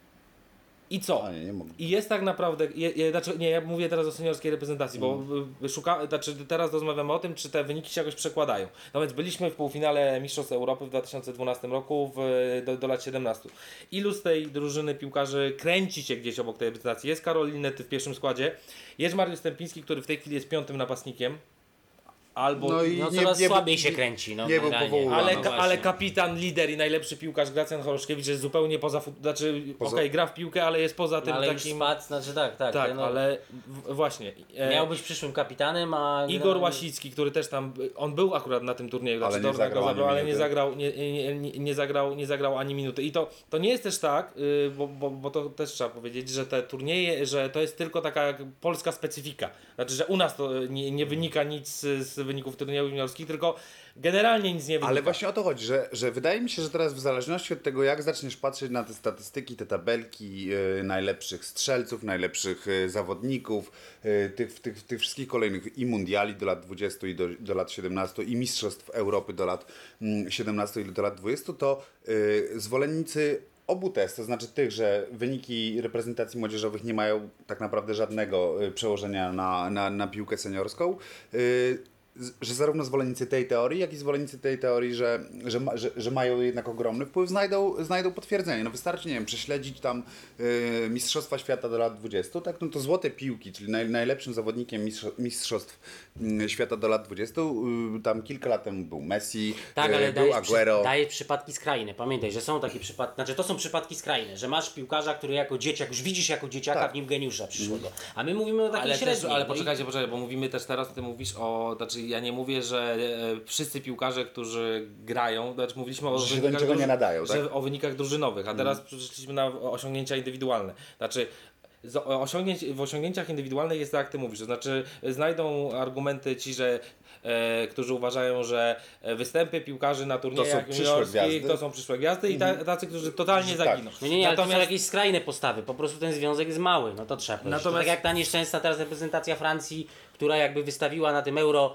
I co? A nie, nie mogli. I jest tak naprawdę, je, je, znaczy, nie, ja mówię teraz o seniorskiej reprezentacji, bo y, szuka, znaczy teraz rozmawiamy o tym, czy te wyniki się jakoś przekładają. No więc byliśmy w półfinale Mistrzostw Europy w dwa tysiące dwunastym roku w, do, do lat siedemnastu. Ilu z tej drużyny piłkarzy kręci się gdzieś obok tej reprezentacji? Jest Karol Linety w pierwszym składzie, jest Mariusz Stępiński, który w tej chwili jest piątym napastnikiem, albo... No i No nie, coraz nie, słabiej się kręci. No, nie był generalnie. powoływany. Ale, No ka, właśnie. ale kapitan, lider i najlepszy piłkarz Gracjan Choroszkiewicz jest zupełnie poza, fut- znaczy Poza- okej, gra w piłkę, ale jest poza tym No, ale już takim... spadł, znaczy tak, tak. Tak, no, ale w, właśnie. e, Miał być przyszłym kapitanem, a... Igor generalnie- Łasicki, który też tam, on był akurat na tym turnieju, Ale znaczy nie Dorna zagrał go ani zabrał, ale nie minuty. zagrał, nie, nie, nie, nie, zagrał, nie zagrał ani minuty. I to, to nie jest też tak, yy, bo, bo, bo to też trzeba powiedzieć, że te turnieje, że to jest tylko taka jak polska specyfika. Znaczy, że u nas to nie, nie wynika nic z, z wyników turniejów juniorskich, tylko generalnie nic nie wynika. Ale właśnie o to chodzi, że, że wydaje mi się, że teraz w zależności od tego, jak zaczniesz patrzeć na te statystyki, te tabelki y, najlepszych strzelców, najlepszych y, zawodników, y, tych, tych, tych wszystkich kolejnych i mundiali do lat dwudziestu i do, do lat siedemnastu i mistrzostw Europy do lat mm, siedemnastu i do lat dwudziestu, to y, zwolennicy obu test, to znaczy tych, że wyniki reprezentacji młodzieżowych nie mają tak naprawdę żadnego y, przełożenia na, na, na piłkę seniorską, y, z- że zarówno zwolennicy tej teorii, jak i zwolennicy tej teorii, że, że, ma, że, że mają jednak ogromny wpływ, znajdą, znajdą potwierdzenie. No wystarczy, nie wiem, prześledzić tam y, Mistrzostwa Świata do lat dwudziestu, tak? No to złote piłki, czyli naj, najlepszym zawodnikiem mistrzo- Mistrzostw y, Świata do lat dwudziestu, y, tam kilka lat temu był Messi, Tak, y, ale był dajesz, Aguero. przy, dajesz przypadki skrajne. Pamiętaj, że są takie przypadki, znaczy to są przypadki skrajne, że masz piłkarza, który jako dzieciak, już widzisz jako dzieciaka Tak. w nim geniusza przyszłego. A my mówimy o takiej Ale, też, średniej. ale no i- poczekajcie, poczekajcie, bo mówimy też teraz, ty mówisz o, znaczy ja nie mówię, że e, wszyscy piłkarze, którzy grają, znaczy mówiliśmy o Że się do wynikach, niczego nie druży- nadają, tak? że, o wynikach drużynowych, a teraz przeszliśmy na osiągnięcia indywidualne. Znaczy z osiągnięć, w osiągnięciach indywidualnych jest tak, jak ty mówisz, to znaczy znajdą argumenty ci, że e, którzy uważają, że występy piłkarzy na turniejach przyszłe juniorskich gwiazdy. to są przyszłe gwiazdy i ta, tacy, którzy totalnie Tak. zaginą. No nie, nie, ale to są Natomiast jakieś skrajne postawy, po prostu ten związek jest mały, no to trzeba powiedzieć. Natomiast- To tak jak ta nieszczęsna teraz reprezentacja Francji, która jakby wystawiła na tym Euro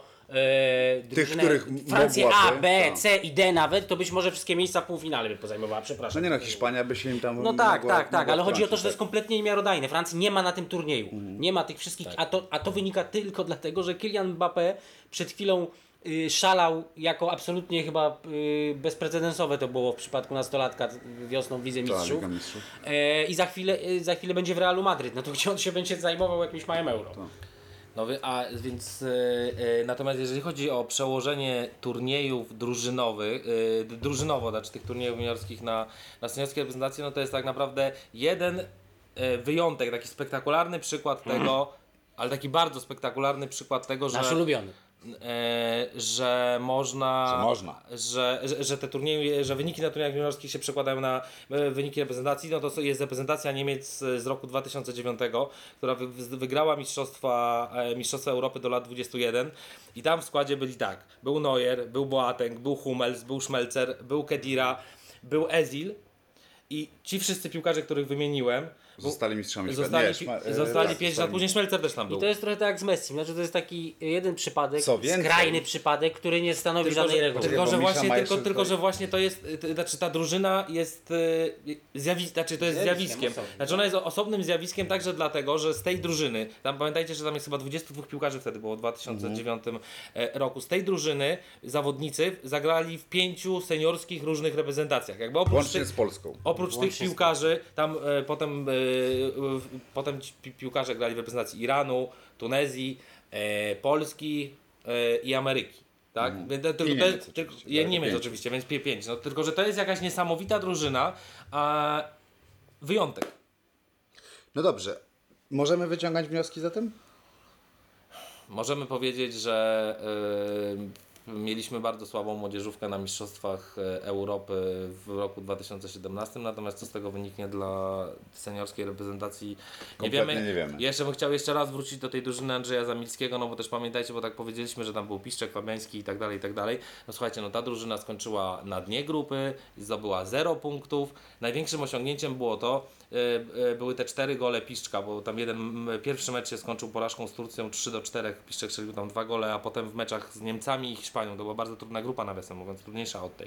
e, drużynę, których Francję A, mogłaby, B, tak. C i D nawet, to być może wszystkie miejsca w półfinale by pozajmowała, No przepraszam. nie no, Hiszpania by się im tam No tak, mogła, tak, tak, mogła ale chodzi o to, wtrącić, że to jest tak. kompletnie niemiarodajne. Francji nie ma na tym turnieju. Mhm. Nie ma tych wszystkich, Tak. a, to, a to wynika tylko dlatego, że Kylian Mbappé przed chwilą y, szalał jako absolutnie chyba y, bezprecedensowe to było w przypadku nastolatka wiosną w Lidze Tak, Mistrzów. Liga Mistrzów. E, I za chwilę, y, za chwilę będzie w Realu Madryt. No to gdzie on się będzie zajmował jakimś małym euro? No wy- a więc e, e, natomiast jeżeli chodzi o przełożenie turniejów drużynowych, e, d- drużynowo, znaczy tych turniejów juniorskich na, na seniorskie reprezentacje, no to jest tak naprawdę jeden e, wyjątek, taki spektakularny przykład tego, ale taki bardzo spektakularny przykład tego, że Nasz ulubiony. e, że można, Że można. Że, że, że te turnieje, że wyniki na turniejach juniorskich się przekładają na e, wyniki reprezentacji, no to jest reprezentacja Niemiec z roku dwa tysiące dziewiątego, która wy, wy- wygrała mistrzostwa, e, mistrzostwa Europy do lat dwudziestu jeden i tam w składzie byli tak, był Neuer, był Boateng, był Hummels, był Schmelzer, był Kedira, był Ezil i ci wszyscy piłkarze, których wymieniłem, Zostali mistrzami świata. Zostali, Nie, szma- e, zostali tak, pięć lat, zostali- później Szmelcer też tam był. I to jest trochę tak jak z Messi, znaczy to jest taki jeden przypadek, Co więcej- skrajny przypadek, który nie stanowi Tylko, żadnej że, reguły. tylko, bo że Misza właśnie, ma tylko, jeszcze tylko, tutaj- że właśnie to jest, y, znaczy ta drużyna jest y, zjawi, znaczy to jest Zjawiskiem zjawiskiem. osobnym. Znaczy ona jest osobnym zjawiskiem także dlatego, że z tej drużyny, tam pamiętajcie, że tam jest chyba dwudziestu dwóch piłkarzy wtedy było w dwa tysiące dziewiątym e, roku. Z tej drużyny zawodnicy zagrali w pięciu seniorskich różnych reprezentacjach. Jakby oprócz Łącznie tych, z Polską. Oprócz Włącznie tych z piłkarzy, tam e, potem, e, e, potem ci pi- piłkarze grali w reprezentacji Iranu, Tunezji, e, Polski e, i Ameryki. Tak? Mhm. Więc to- I tylko- Niemiec tylko- oczywiście, i tak, Niemiec pięć. oczywiście, więc pie- pięć. No, tylko, że to jest jakaś niesamowita drużyna, a wyjątek. No dobrze. Możemy wyciągać wnioski zatem? Możemy powiedzieć, że y, mieliśmy bardzo słabą młodzieżówkę na Mistrzostwach e, Europy w roku dwa tysiące siedemnastym, natomiast co z tego wyniknie dla seniorskiej reprezentacji nie Kompletnie wiemy. nie wiemy. Jeszcze bym chciał jeszcze raz wrócić do tej drużyny Andrzeja Zamilskiego, no bo też pamiętajcie, bo tak powiedzieliśmy, że tam był Piszczek, Fabiański i tak dalej, i tak dalej. No słuchajcie, no ta drużyna skończyła na dnie grupy, zdobyła zero punktów. Największym osiągnięciem było to, y, y, były te cztery gole Piszczka, bo tam jeden m, pierwszy mecz się skończył porażką z Turcją trzy do czterech, Piszczek strzelił tam dwa gole, a potem w meczach z Niemcami i Hiszpanią, to była bardzo trudna grupa nawiasem mówiąc, trudniejsza od tej.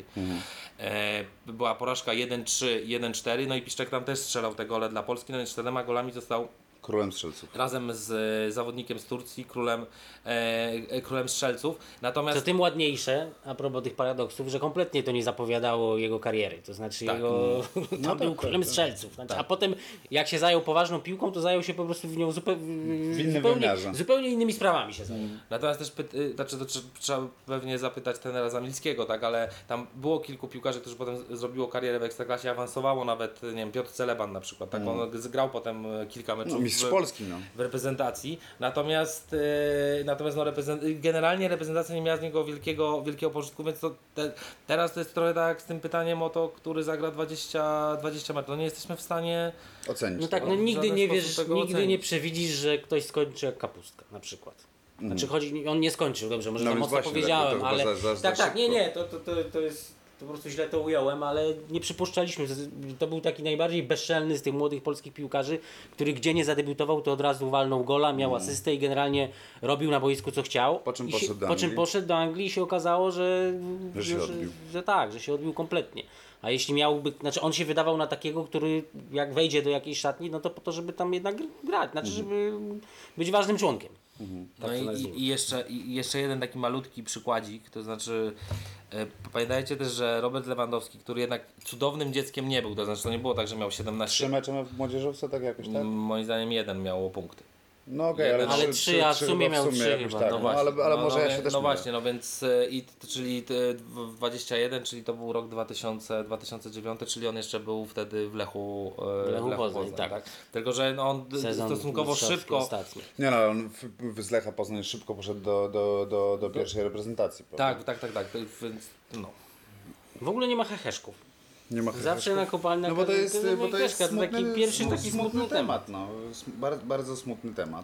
E, była porażka jeden trzy, jeden cztery, no i Piszczek tam też strzelał te gole dla Polski, no i czterema golami został Królem strzelców. razem z e, zawodnikiem z Turcji, królem, e, e, królem strzelców. Natomiast Co tym ładniejsze, a propos tych paradoksów, że kompletnie to nie zapowiadało jego kariery. To znaczy Tak. jego tam tak, był tak, królem tak. strzelców. Znaczy, a potem jak się zajął poważną piłką, to zajął się po prostu w nią zupełnie, W innym zupełnie, wymiarze. zupełnie innymi sprawami się zajął. Natomiast też pyt, y, znaczy, to trze- trzeba pewnie zapytać trenera Zamilskiego, tak, ale tam było kilku piłkarzy, którzy potem z- zrobiło karierę w Ekstraklasie, awansowało nawet, nie wiem, Piotr Celeban na przykład, tak, on zgrał potem y, kilka meczów No, mistrz w, Polski, no. w reprezentacji, natomiast, y, natomiast no, reprezent, generalnie reprezentacja nie miała z niego wielkiego, wielkiego pożytku, więc to te, teraz to jest trochę tak jak z tym pytaniem o to, który zagra dwadzieścia, dwadzieścia meczów, no nie jesteśmy w stanie. Ocenić. No tak, to. no w nigdy żaden nie sposób wiesz, tego nigdy ocenić. nie przewidzisz, że ktoś skończy jak kapustka na przykład. Znaczy chodzi, on nie skończył, dobrze, może No za więc mocno właśnie, powiedziałem, tak, bo to ale chyba za- za- tak, za tak, nie, szybko. nie, to, to, to, to jest, to po prostu źle to ująłem, ale nie przypuszczaliśmy, że to był taki najbardziej bezczelny z tych młodych polskich piłkarzy, który gdzie nie zadebiutował, to od razu walnął gola, miał asystę i generalnie robił na boisku co chciał. Po czym I się, poszedł do po czym Anglii. poszedł do Anglii i się okazało, że, Że się że, odbił. że tak, że się odbił kompletnie. A jeśli miałby, znaczy on się wydawał na takiego, który jak wejdzie do jakiejś szatni, no to po to, żeby tam jednak gr- grać, znaczy żeby być ważnym członkiem. No to i, nazwijmy. i, i, jeszcze, i jeszcze jeden taki malutki przykładzik, to znaczy e, pamiętajcie też, że Robert Lewandowski, który jednak cudownym dzieckiem nie był, to znaczy to nie było tak, że miał Trzy siedemnaście, mecze w młodzieżówce, tak jakoś, tak? m, moim zdaniem jeden miał punkty. No okej, Jeden. ale, Ale trzy, trzy, a w trzy sumie chyba miał trzy jakoś chyba, Tak, no no, właśnie, ale, ale no, może no, ja się wie- też No mylę. właśnie, no więc e, i, t- czyli t- w- dwadzieścia jeden, czyli to był rok dwa tysiące, dwa tysiące dziewiąty, czyli on jeszcze był wtedy w Lechu, e, W Lechu Poznań, tak. Tylko, że no, on d- Sezon stosunkowo mistrzowski szybko, ostatni. Nie no, on w, w z Lecha Poznań szybko poszedł do, do, do, do pierwszej reprezentacji. prawda? tak, tak, tak, tak, to- więc no. W ogóle nie ma heheszków. Nie ma Zawsze heheszków. na kopalniach No bo to jest, każdy- bo to jest heheszka, to taki smutny, pierwszy smu- taki smutny temat. No, Sm- bardzo, bardzo smutny temat.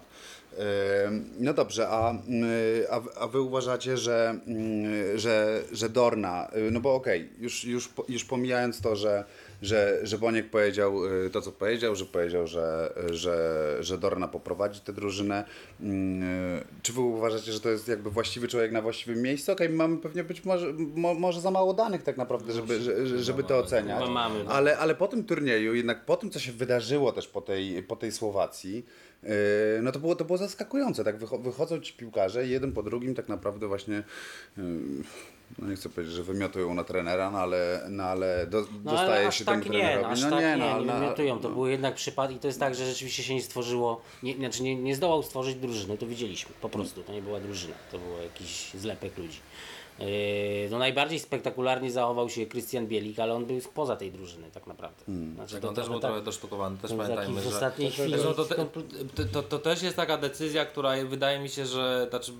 Ym, No dobrze, a, y, a, wy- a wy uważacie, że, y, że, że Dorna, y, no bo okej, już, już, po- już pomijając to, że, że, że Boniek powiedział y, to, co powiedział, że powiedział, że, że, że Dorna poprowadzi tę drużynę, y, czy wy uważacie, że to jest jakby właściwy człowiek na właściwym miejscu? Okej, mamy pewnie być może, mo, może za mało danych tak naprawdę, żeby, że- żeby to oceniać, Chyba mamy, no. ale, ale po tym turnieju, jednak po tym, co się wydarzyło też po tej, po tej Słowacji, yy, no to było, to było zaskakujące. Tak wycho- wychodzą ci piłkarze, jeden po drugim tak naprawdę właśnie, yy, no nie chcę powiedzieć, że wymiotują na trenera, no ale, no ale do, No dostaje ale aż się tak temu nie, trenerowi. aż no tak nie, nie, no, nie ale- wymiotują. To no. był jednak przypadek i to jest tak, że rzeczywiście się nie stworzyło, nie, znaczy nie, nie zdołał stworzyć drużyny, to widzieliśmy, po prostu, to nie była drużyna, to był jakiś zlepek ludzi. Yy, no najbardziej spektakularnie zachował się Krystian Bielik, ale on był spoza tej drużyny tak naprawdę. Znaczy, Tak, on też był tak, trochę dosztukowany, też to taki pamiętajmy, w że... ostatniej chwili. Zresztą to, te, kompl- to, to, to też jest taka decyzja, która wydaje mi się, że znaczy,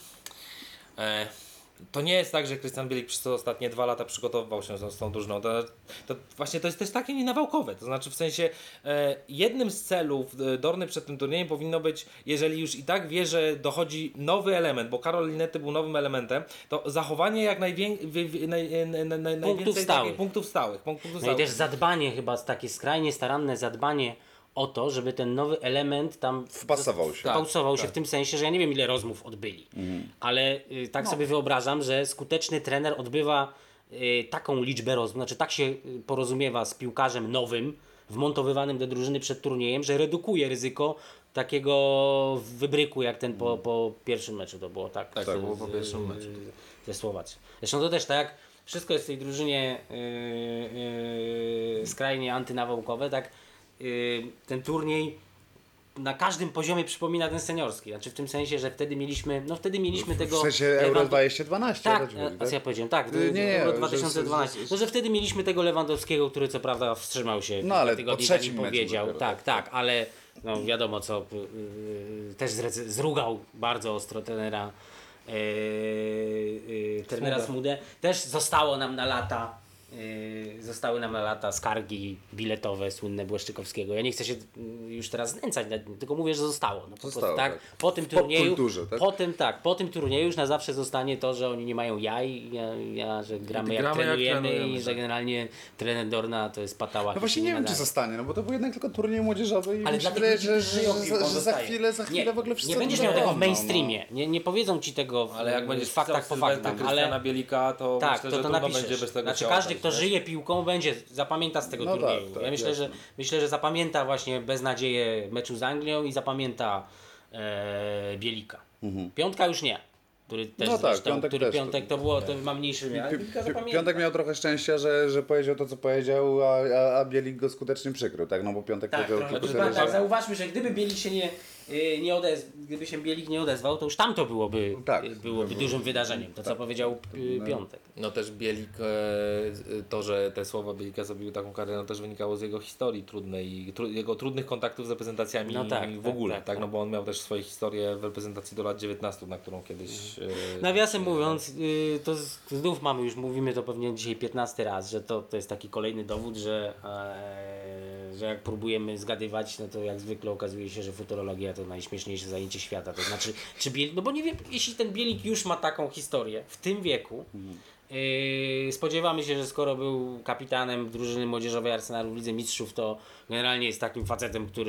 e, to nie jest tak, że Krystian Bielik przez te ostatnie dwa lata przygotowywał się z, z tą drużyną. To, to właśnie to jest też takie nienawałkowe. To znaczy w sensie e, jednym z celów e, Dorny przed tym turniejem powinno być, jeżeli już i tak wie, że dochodzi nowy element, bo Karol Linety był nowym elementem, to zachowanie jak najwię, wy, wy, naj, naj, naj, naj, najwięcej stałych. takich punktów stałych. Punktów No i stałych. też zadbanie chyba, takie skrajnie staranne zadbanie o to, żeby ten nowy element tam Wpasował się. wpasował się tak. w tym sensie, że ja nie wiem ile rozmów odbyli, ale y, tak sobie wyobrażam, że skuteczny trener odbywa y, taką liczbę rozmów, znaczy tak się y, porozumiewa z piłkarzem nowym, wmontowywanym do drużyny przed turniejem, że redukuje ryzyko takiego wybryku jak ten po, po pierwszym meczu to było, tak? Tak, z- to było po z- pierwszym meczu. Ze Słowacji. Zresztą to też tak jak wszystko jest w tej drużynie yy, yy, skrajnie antynawałkowe, tak yy, ten turniej na każdym poziomie przypomina ten seniorski. Znaczy w tym sensie, że wtedy mieliśmy, no wtedy mieliśmy tego... W sensie Euro Lewandu- dwa tysiące dwanaście. Tak, o to ci chodzi, a co ja powiedziałem, tak, Nie, nie, Euro że- dwa tysiące dwanaście. że- że- No, że wtedy mieliśmy tego Lewandowskiego, który co prawda wstrzymał się No, ale kilka tygodni, po trzecim zanim meczu powiedział. dopiero, Tak, tak, ale no, wiadomo co, yy, też zrecy- zrugał bardzo ostro trenera yy, yy, trenera Smudę. Też zostało nam na lata yy, zostały nam na lata skargi biletowe słynne Błaszczykowskiego. Ja nie chcę się yy, już teraz znęcać, nad nim, tylko mówię, że zostało. No, po, prostu, Zostało, tak, tak. po tym W turnieju, popkulturze, tak? po tym tak, po tym turnieju już na zawsze zostanie to, że oni nie mają jaj, ja, ja, że gramy jak gramy jak trenujemy trenujemy, i że tak. generalnie trener Dorna to jest patała. No właśnie nie wiem, czy zostanie, no bo to był jednak tylko turniej młodzieżowy i Ale mi się dla tych wydaje, ludzi, że, którzy żyją że, piłką, że, że za zostaje. chwilę, za chwilę nie, w ogóle wszyscy nie o będziesz tym miał tego w zapomną, mainstreamie, nie, nie powiedzą ci tego w, Ale jak będziesz w faktach po faktach, Krystiana ale Bielika, to tak, myślę, to że to trudno napiszesz. będzie bez tego Znaczy ciała każdy, dać, kto wiesz? żyje piłką, będzie zapamięta z tego No tak, turnieju. tak, ja myślę, jasne. że myślę, że zapamięta właśnie beznadzieję meczu z Anglią i zapamięta e, Bielika. Piątka już nie. Który też Mhm. No tak, zresztą, piątek który też. piątek to było, to ma mniejszy miar. Pi- pi- Piątek miał trochę szczęścia, że, że powiedział to, co powiedział, a, a, a Bielik go skutecznie przykrył, tak? No bo Piątek Tak, powiedział trochę, tylko tak, tyle, tak, że... zauważmy, że gdyby Bielik się nie, y, nie odezwał, gdyby się Bielik nie odezwał, to już tam to byłoby, Tak. y, byłoby dużym wydarzeniem, to co powiedział y, Piątek. No też Bielik, e, to, że te słowa Bielika zrobiły taką karierę, no też wynikało z jego historii trudnej, i tru, jego trudnych kontaktów z reprezentacjami No tak, w tak, ogóle, tak, tak, tak. no bo on miał też swoje historie w reprezentacji do lat dziewiętnastu, na którą kiedyś... E, Nawiasem mówiąc, y, to z- znów mamy już, mówimy to pewnie dzisiaj piętnasty raz, że to, to jest taki kolejny dowód, że, e, że jak próbujemy zgadywać, no to jak zwykle okazuje się, że futurologia to najśmieszniejsze zajęcie świata. To znaczy, czy Bielik, no bo nie wiem, jeśli ten Bielik już ma taką historię w tym wieku, Yy, spodziewamy się, że skoro był kapitanem drużyny młodzieżowej Arsenalu w Lidze Mistrzów, to generalnie jest takim facetem, który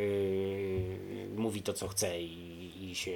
yy, mówi to, co chce i, i się...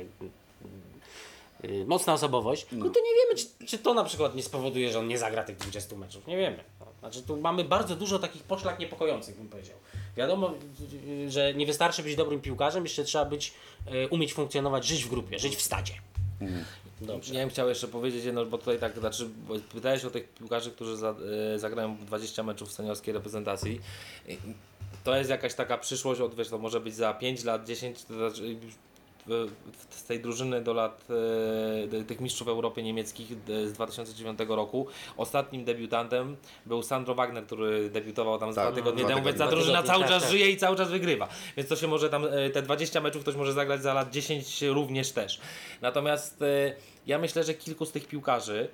Yy, mocna osobowość, no. to nie wiemy, czy, czy to na przykład nie spowoduje, że on nie zagra tych dwudziestu meczów. Nie wiemy. No. Znaczy tu mamy bardzo dużo takich poszlak niepokojących, bym powiedział. Wiadomo, yy, że nie wystarczy być dobrym piłkarzem, jeszcze trzeba być, yy, umieć funkcjonować, żyć w grupie, żyć w stadzie. Dobrze. Ja bym chciał jeszcze powiedzieć jedno, bo tutaj tak, znaczy, bo pytałeś o tych piłkarzy, którzy za, e, zagrają dwadzieścia meczów w seniorskiej reprezentacji. I to jest jakaś taka przyszłość, od, wiesz, to może być za pięć lat, dziesięć, to znaczy, w- w- z tej drużyny do lat e, do tych mistrzów Europy niemieckich e, z dwa tysiące dziewiątego roku. Ostatnim debiutantem był Sandro Wagner, który debiutował tam z Tak, dwa tygodnie dwa temu, tygodnie. więc ta Dwa drużyna tygodnie, cały tak, czas tak. żyje i cały czas wygrywa. Więc to się może tam, e, te dwadzieścia meczów ktoś może zagrać za lat dziesięć również też. Natomiast e, ja myślę, że kilku z tych piłkarzy,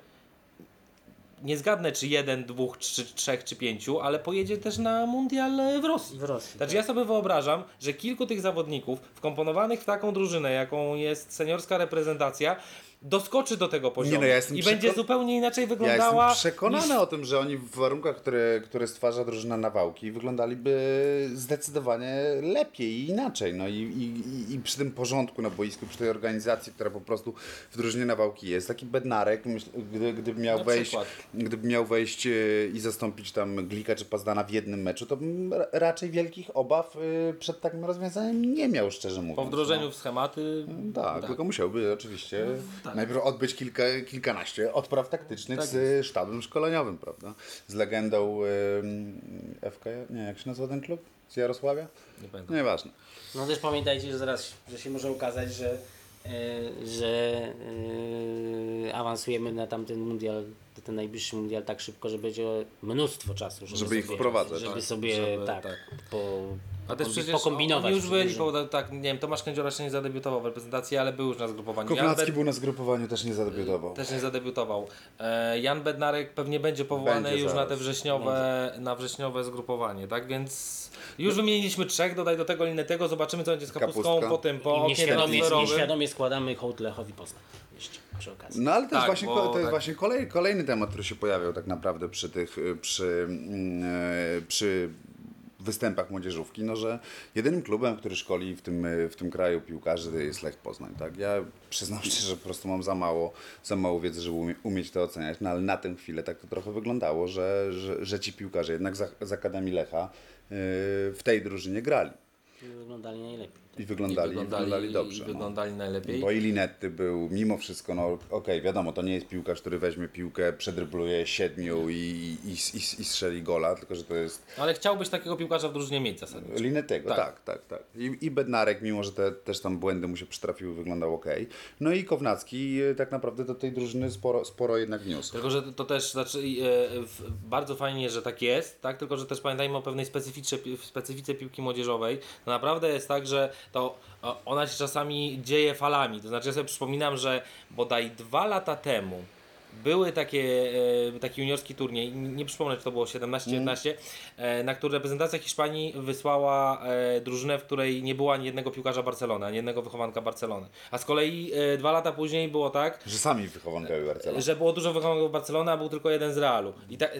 nie zgadnę czy jeden, dwóch, trzy, trzech czy pięciu, ale pojedzie też na mundial w Rosji. W Rosji, Znaczy tak. ja sobie wyobrażam, że kilku tych zawodników wkomponowanych w taką drużynę, jaką jest seniorska reprezentacja, doskoczy do tego poziomu no ja jestem i przekon- będzie zupełnie inaczej Ja wyglądała. jestem przekonany niż... o tym, że oni w warunkach, które, które stwarza drużyna Nawałki, wyglądaliby zdecydowanie lepiej i inaczej. No i, i, i- i przy tym porządku na boisku, przy tej organizacji, która po prostu w drużynie Nawałki jest. Taki Bednarek, myśl, gdy, gdyby miał Na wejść, przykład. gdyby miał wejść e, i zastąpić tam Glika czy Pazdana w jednym meczu, to bym ra- raczej wielkich obaw e, przed takim rozwiązaniem nie miał, szczerze mówiąc. Po wdrożeniu no. w schematy. Tak, tylko musiałby oczywiście najpierw odbyć kilka, kilkanaście odpraw taktycznych Tak z sztabem szkoleniowym, prawda? Z legendą ym, F K, nie, jak się nazywa ten klub? Z Jarosławia? Nie pamiętam. Nieważne. No też pamiętajcie, że zaraz, że się może okazać, że, e, że e, awansujemy na tamten mundial, ten najbliższy mundial tak szybko, że będzie mnóstwo czasu, żeby, Żeby ich sobie, wprowadzać, żeby tak. sobie Żeby- tak, tak. po, A też pokombi- przecież pokombinować. oni już przy byli, drużynie. po, tak, nie wiem, Tomasz Kędziora jeszcze nie zadebiutował w reprezentacji, ale był już na zgrupowaniu. Jan Kownacki Bed- był na zgrupowaniu, też nie zadebiutował. Też nie zadebiutował. E, Jan Bednarek pewnie będzie powołany Będzie już na zaraz. te wrześniowe, na wrześniowe zgrupowanie, tak? Więc już wymieniliśmy trzech, dodaj do tego Linetego, zobaczymy co będzie z Kapustką, Kapustka. po tym, po I oknie nieświadomie, transferowym. nieświadomie składamy hołd Lechowi Poznań. Jeszcze przy okazji. No ale to Tak, jest właśnie, bo ko- to jest tak. właśnie kolej, kolejny temat, który się pojawiał tak naprawdę przy tych, y, przy, mm, e, przy występach młodzieżówki, no że jedynym klubem, który szkoli w tym, w tym kraju piłkarzy jest Lech Poznań, tak? Ja przyznam szczerze, że po prostu mam za mało, za mało wiedzy, żeby umie, umieć to oceniać, no ale na tę chwilę tak to trochę wyglądało, że, że, że ci piłkarze jednak z, z Akademii Lecha yy, w tej drużynie grali. Wyglądali najlepiej. I wyglądali, I wyglądali, wyglądali, dobrze. i wyglądali najlepiej. Bo i Linetty był mimo wszystko, no okej, okay, wiadomo, to nie jest piłkarz, który weźmie piłkę, przedrybluje siedmiu i, i, i, i strzeli gola, tylko że to jest Ale chciałbyś takiego piłkarza w drużynie mieć zasadniczo. Linettego, tak, Tak. tak, tak. I, i Bednarek, mimo że te, też tam błędy mu się przytrafiły, wyglądał ok. No i Kownacki e, tak naprawdę do tej drużyny sporo, sporo jednak wniósł. Tylko, że to też znaczy, e, w, bardzo fajnie, że tak jest, tak? Tylko, że też pamiętajmy o pewnej specyfice, specyfice piłki młodzieżowej. To naprawdę jest tak, że to o, ona się czasami dzieje falami. To znaczy, ja sobie przypominam, że bodaj dwa lata temu były takie, e, taki juniorski turniej, nie przypomnę, czy to było siedemnaście dziewiętnaście, e, na który reprezentacja Hiszpanii wysłała e, drużynę, w której nie było ani jednego piłkarza Barcelony, ani jednego wychowanka Barcelony. A z kolei e, dwa lata później było tak, Że sami wychowankowie Barcelony. że było dużo wychowanków Barcelony, a był tylko jeden z Realu. I ta,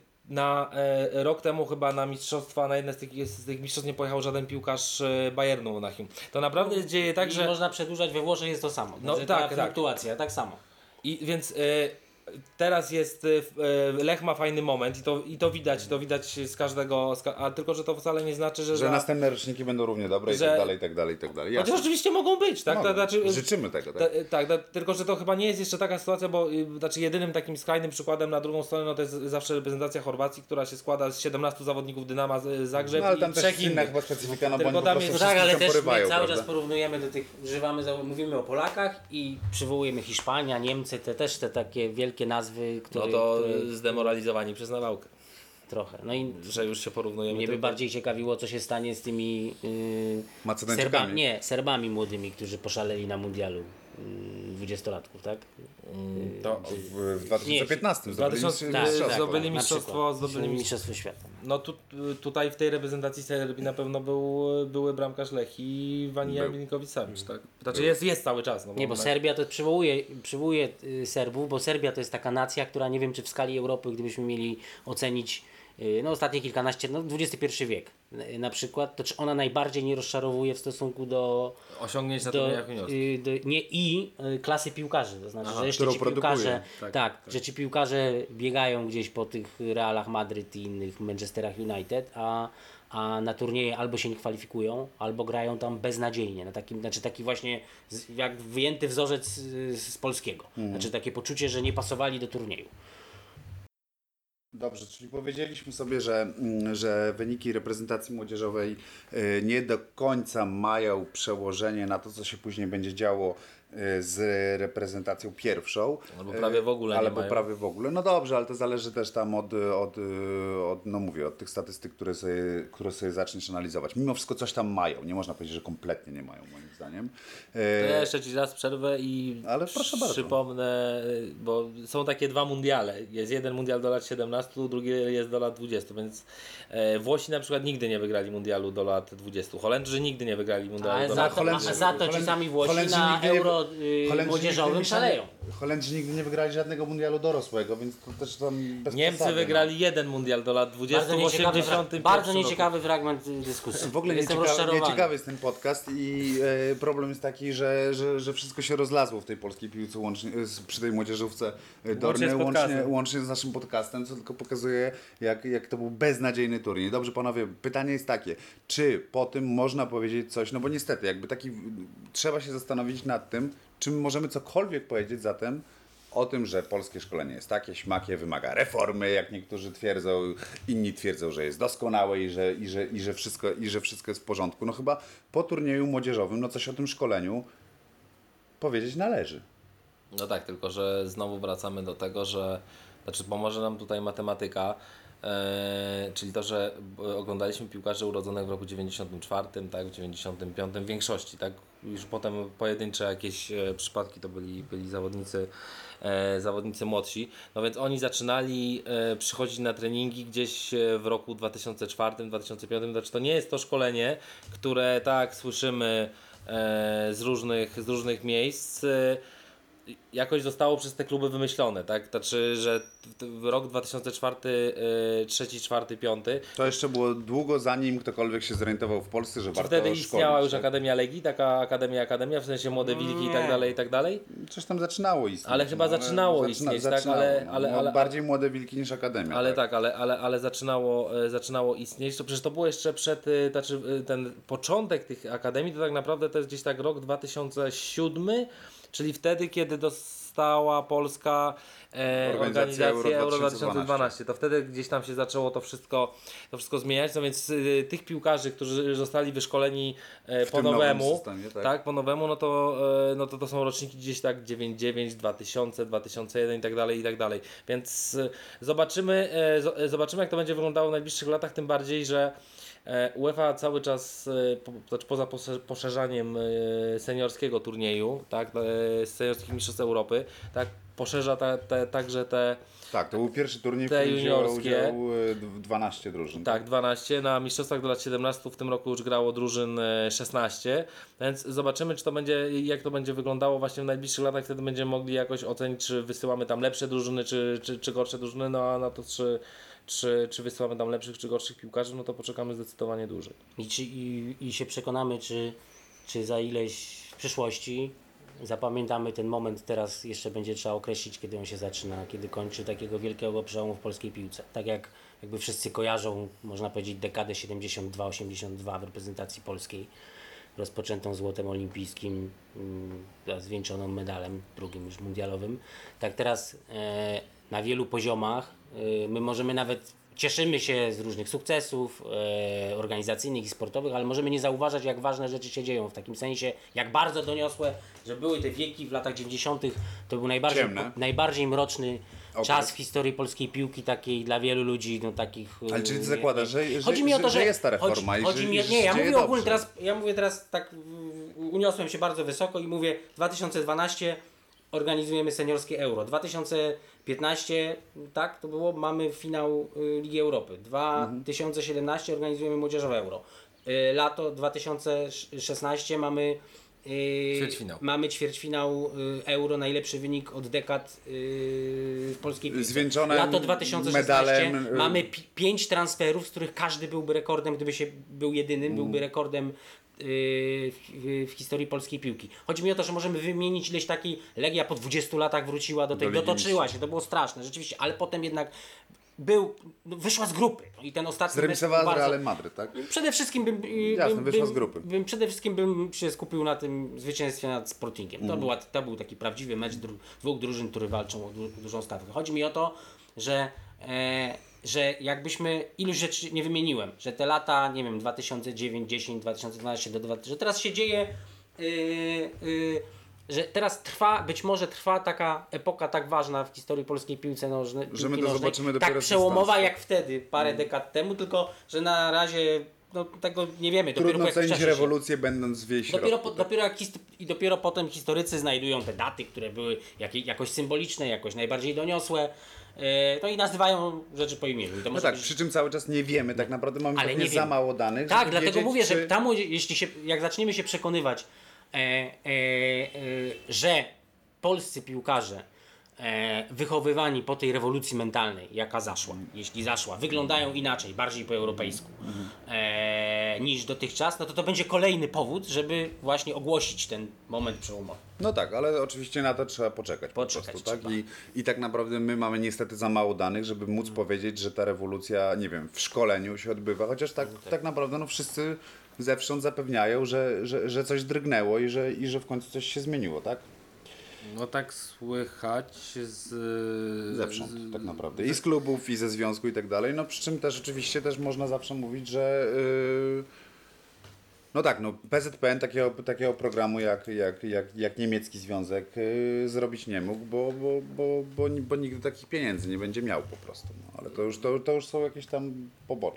na e, rok temu chyba na mistrzostwa, na jedne z tych, z tych mistrzostw nie pojechał żaden piłkarz e, Bayernu Monachium. To naprawdę dzieje tak, I że... można przedłużać, we Włoszech jest to samo. No Znaczy, tak, ta tak. fluktuacja, tak samo. I więc e, teraz jest, e, Lech ma fajny moment i to, i to widać, to widać z każdego, z ka- a tylko, że to wcale nie znaczy, że... Że za- następne roczniki będą równie dobre i że- tak dalej, i tak dalej, i tak dalej. Chociaż Jasne. oczywiście mogą być, tak? Mogą. To, znaczy, Życzymy tego, tak? Ta, tak, ta, tylko że to chyba nie jest jeszcze taka sytuacja, bo y, znaczy jedynym takim skrajnym przykładem na drugą stronę no to jest zawsze reprezentacja Chorwacji, która się składa z siedemnastu zawodników Dynama z Zagrzeb No ale i tam też trzech jest inna innych. chyba specyfika, no bo Tylko oni po tam prostu jest- No tak, wszystkich ale tam też porywają, my cały prawda? czas porównujemy do tych, używamy, za- mówimy o Polakach i przywołujemy Hiszpania, Niemcy, te też te takie wielkie nazwy, które, No to które zdemoralizowani przez nawałkę, trochę. No i że już się porównujemy. mnie by tylko- bardziej ciekawiło, co się stanie z tymi yy, Macedończykami. Serbami, nie, Serbami młodymi, którzy poszaleli na mundialu yy, dwudziestolatków, tak? Mm, To W, w dwa tysiące piętnaście w zdobyli dwa tysiące mistrz- tak, mistrzostwo. tak, zdobyli na mistrzostwo, przykład. zdobyli mistrz- Mistrzostwo świata. No tu, tutaj w tej reprezentacji Serbii na pewno był były bramkarz Lech i Vanija Był. Milinkowicz-Savic, tak? Znaczy jest, jest cały czas. No, Nie, bo na- Serbia to przywołuje, przywołuje y, Serbów, bo Serbia to jest taka nacja, która nie wiem, czy w skali Europy, gdybyśmy mieli ocenić y, no ostatnie kilkanaście, no dwudziesty pierwszy wiek y, na przykład, to czy ona najbardziej nie rozczarowuje w stosunku do, osiągnięć na do, turniejach juniorskich. y, do nie i y, klasy piłkarzy, to znaczy, Aha, że jeszcze którą ci produkuje. piłkarze, Tak, tak, że ci piłkarze biegają gdzieś po tych Realach Madryt i innych Manchesterach United, a a na turnieje albo się nie kwalifikują, albo grają tam beznadziejnie. Na takim, znaczy taki właśnie z, jak wyjęty wzorzec z, z polskiego. Znaczy takie poczucie, że nie pasowali do turnieju. Dobrze, czyli powiedzieliśmy sobie, że, mm, że wyniki reprezentacji młodzieżowej y, nie do końca mają przełożenie na to, co się później będzie działo y, z reprezentacją pierwszą. Albo prawie w ogóle nie Albo mają. prawie w ogóle. No dobrze, ale to zależy też tam od, od, y, od no mówię, od tych statystyk, które sobie, które sobie zaczniesz analizować. Mimo wszystko coś tam mają. Nie można powiedzieć, że kompletnie nie mają, moim zdaniem. To Y, ja jeszcze Ci raz przerwę i Ale proszę bardzo. przypomnę, bo są takie dwa mundiale. Jest jeden mundial do lat siedemnastu, drugi jest do lat dwudziestu, więc e, Włosi na przykład nigdy nie wygrali mundialu do lat dwudziestu. Holendrzy nigdy nie wygrali mundialu Ale do za lat to, Holendrzy- a za to ci Holendrzy- sami Włosi Holendrzy na nigdy nie- euro y, Holendrzy młodzieżowym nigdy nie- szaleją. Holendrzy nigdy nie wygrali żadnego mundialu dorosłego, więc to też tam bez Niemcy przesady, no. wygrali jeden mundial do lat dwudziestu Bardzo w nieciekawy, osiemdziesiątym bardzo pierwszym roku. nieciekawy fragment y, dyskusji. W ogóle Jestem nieciekawy, rozczarowany. nieciekawy jest ten podcast i e, problem jest taki, że, że, że wszystko się rozlazło w tej polskiej piłce łącznie, z- przy tej młodzieżówce e, Dorny, z łącznie, podcastem. łącznie z naszym podcastem, co tylko pokazuje, jak, jak to był beznadziejny turniej. Dobrze panowie, pytanie jest takie, czy po tym można powiedzieć coś, no bo niestety, jakby taki, trzeba się zastanowić nad tym, czy my możemy cokolwiek powiedzieć zatem o tym, że polskie szkolenie jest takie, śmakie, wymaga reformy, jak niektórzy twierdzą, inni twierdzą, że jest doskonałe i że, i że, i że, wszystko, i że wszystko jest w porządku. No chyba po turnieju młodzieżowym, no coś o tym szkoleniu powiedzieć należy. No tak, tylko że znowu wracamy do tego, że znaczy pomoże nam tutaj matematyka, e, czyli to, że e, oglądaliśmy piłkarzy urodzonych w roku dziewięćdziesiątym czwartym, tak, w dziewięćdziesiątym piątym w większości, tak, już potem pojedyncze jakieś e, przypadki to byli, byli zawodnicy, e, zawodnicy młodsi, no więc oni zaczynali e, przychodzić na treningi gdzieś e, w roku dwa tysiące czwartym, dwa tysiące piątym, znaczy to nie jest to szkolenie, które tak słyszymy e, z różnych, z różnych miejsc, e, jakoś zostało przez te kluby wymyślone, tak? Znaczy, że t- t- rok dwa tysiące czwarty, trzeci, czwarty, piąty. To jeszcze było długo zanim ktokolwiek się zorientował w Polsce, że Czy warto wtedy szkolić. istniała już tak? Akademia Legii, taka Akademia Akademia, w sensie Młode Wilki i tak Nie. dalej, i tak dalej? Coś tam zaczynało istnieć. Ale chyba zaczynało istnieć, tak? zaczynało, Ale- no. ale- No, ale- bardziej Młode Wilki niż Akademia. Ale tak. tak, ale, ale, ale zaczynało, e, zaczynało istnieć. To przecież to było jeszcze przed, y, znaczy y, ten początek tych akademii, to tak naprawdę to jest gdzieś tak rok dwa tysiące siódmy, czyli wtedy, kiedy dostała Polska e, Organizacja organizację Euro Euro dwa dwa tysiące tysiące dwanaście. To wtedy gdzieś tam się zaczęło to wszystko, to wszystko zmieniać. No więc y, tych piłkarzy, którzy zostali wyszkoleni e, po tym nowym nowemu, systemie, tak. tak, po nowemu, no to, e, no to to są roczniki gdzieś tak dziewięćdziesiąt dziewięć, dwa tysiące, dwa tysiące jeden i tak dalej, i tak dalej. Więc e, zobaczymy, e, zo- e, zobaczymy jak to będzie wyglądało w najbliższych latach, tym bardziej, że e, UEFA cały czas, e, po, znaczy poza posze- poszerzaniem e, seniorskiego turnieju, tak, e, seniorskich mistrzostw Europy, tak, poszerza ta, te, także te Tak, to był pierwszy turniej, w Te którym wzięło juniorskie. udział y, d- dwanaście drużyn. Tak, dwanaście. Na mistrzostwach do lat siedemnastu w tym roku już grało drużyn e, szesnaście, więc zobaczymy, czy to będzie, jak to będzie wyglądało właśnie w najbliższych latach. Wtedy będziemy mogli jakoś ocenić, czy wysyłamy tam lepsze drużyny, czy, czy, czy gorsze drużyny. No a na to, czy, czy, czy wysyłamy tam lepszych, czy gorszych piłkarzy, no to poczekamy zdecydowanie dłużej. I, czy, i, i się przekonamy, czy, czy za ileś w przyszłości zapamiętamy ten moment, teraz jeszcze będzie trzeba określić, kiedy on się zaczyna, kiedy kończy, takiego wielkiego przełomu w polskiej piłce. Tak jak jakby wszyscy kojarzą, można powiedzieć, dekadę siedemdziesiąt dwa osiemdziesiąt dwa w reprezentacji polskiej, rozpoczętą złotem olimpijskim, mm, zwieńczoną medalem, drugim już mundialowym. Tak teraz e, na wielu poziomach e, my możemy nawet, cieszymy się z różnych sukcesów e, organizacyjnych i sportowych, ale możemy nie zauważać, jak ważne rzeczy się dzieją, w takim sensie, jak bardzo doniosłe, że były te wieki w latach dziewięćdziesiątych. To był najbardziej, Ciemne. najbardziej mroczny Okres. czas w historii polskiej piłki, takiej dla wielu ludzi, no takich... Ale czyli ty e, zakładasz, że, że, Chodzi mi o to, że, że jest ta reforma chodzi, i chodzi że, mi, i że Nie, ja się dzieje mówię ogólnie dobrze. teraz, ja mówię teraz tak, w- uniosłem się bardzo wysoko i mówię dwa tysiące dwanaście organizujemy seniorskie Euro. dwa tysiące piętnaście, tak to było, mamy finał y, Ligi Europy. dwa tysiące siedemnaście organizujemy młodzieżowe Euro. Y, lato dwa tysiące szesnaście mamy y, Ćwierćfinał. mamy ćwierćfinał y, Euro, najlepszy wynik od dekad y, w polskiej piłce. Zwieńczone Lato dwa tysiące szesnaście medalem, y, mamy pi- pięć transferów, z których każdy byłby rekordem, gdyby się był jedynym, byłby rekordem yy, w, w historii polskiej piłki. Chodzi mi o to, że możemy wymienić ileś takiej, Legia po dwudziestu latach wróciła do tej, Do Ligi dotoczyła Mistrzów. się, to było straszne, rzeczywiście, ale potem jednak był, no, wyszła z grupy. No i ten ostatni mecz Zremisowała z bardzo- Realem Madryt, tak? Przede wszystkim bym, y, Jasne, bym, wyszła bym, z grupy. bym przede wszystkim bym się skupił na tym zwycięstwie nad Sportingiem. Mhm. To, była, to był taki prawdziwy mecz dru, dwóch drużyn, które walczą o du, dużą stawkę. Chodzi mi o to, że, e, że jakbyśmy iluś rzeczy nie wymieniłem, że te lata, nie wiem, dwa tysiące dziewięć, dziesięć, dwa tysiące dwanaście do dwa tysiące, że teraz się dzieje yy, yy, że teraz trwa, być może trwa taka epoka tak ważna w historii polskiej piłce nożnej, Że my piłki to nożnej, zobaczymy dopiero tak z przełomowa dystansu. jak wtedy, parę dekad temu, tylko że na razie no, tego nie wiemy. Dopiero Trudno po jakimś cenić czasie się- rewolucję, będąc w jej środku. Dopiero, po, tak. dopiero jak hist- I dopiero potem historycy znajdują te daty, które były jakie, jakoś symboliczne, jakoś najbardziej doniosłe. e, No i nazywają rzeczy po imieniu. I to No może tak, być- przy czym cały czas nie wiemy, tak naprawdę mamy Ale pewnie nie za wiemy. mało danych, Tak, żeby dlatego wiedzieć, mówię, czy... że tam, jeśli się, jak zaczniemy się przekonywać, e, e, e, że polscy piłkarze e, wychowywani po tej rewolucji mentalnej, jaka zaszła, jeśli zaszła, wyglądają inaczej, bardziej po europejsku e, niż dotychczas, no to to będzie kolejny powód, żeby właśnie ogłosić ten moment przełomowy. No tak, ale oczywiście na to trzeba poczekać, Poczekać po prostu, tak? trzeba. I, I tak naprawdę my mamy niestety za mało danych, żeby móc powiedzieć, że ta rewolucja, nie wiem, w szkoleniu się odbywa, chociaż tak, tak naprawdę no wszyscy zewsząd zapewniają, że, że, że coś drgnęło i że, i że w końcu coś się zmieniło, tak? No tak słychać z... Zewsząd, tak naprawdę. I z klubów, i ze związku i tak dalej. No przy czym też oczywiście też można zawsze mówić, że yy, no tak, no P Z P N takiego, takiego programu jak, jak, jak, jak niemiecki związek yy, zrobić nie mógł, bo, bo, bo, bo, bo nigdy takich pieniędzy nie będzie miał po prostu. No, ale to już, to, to już są jakieś tam pobocza. No.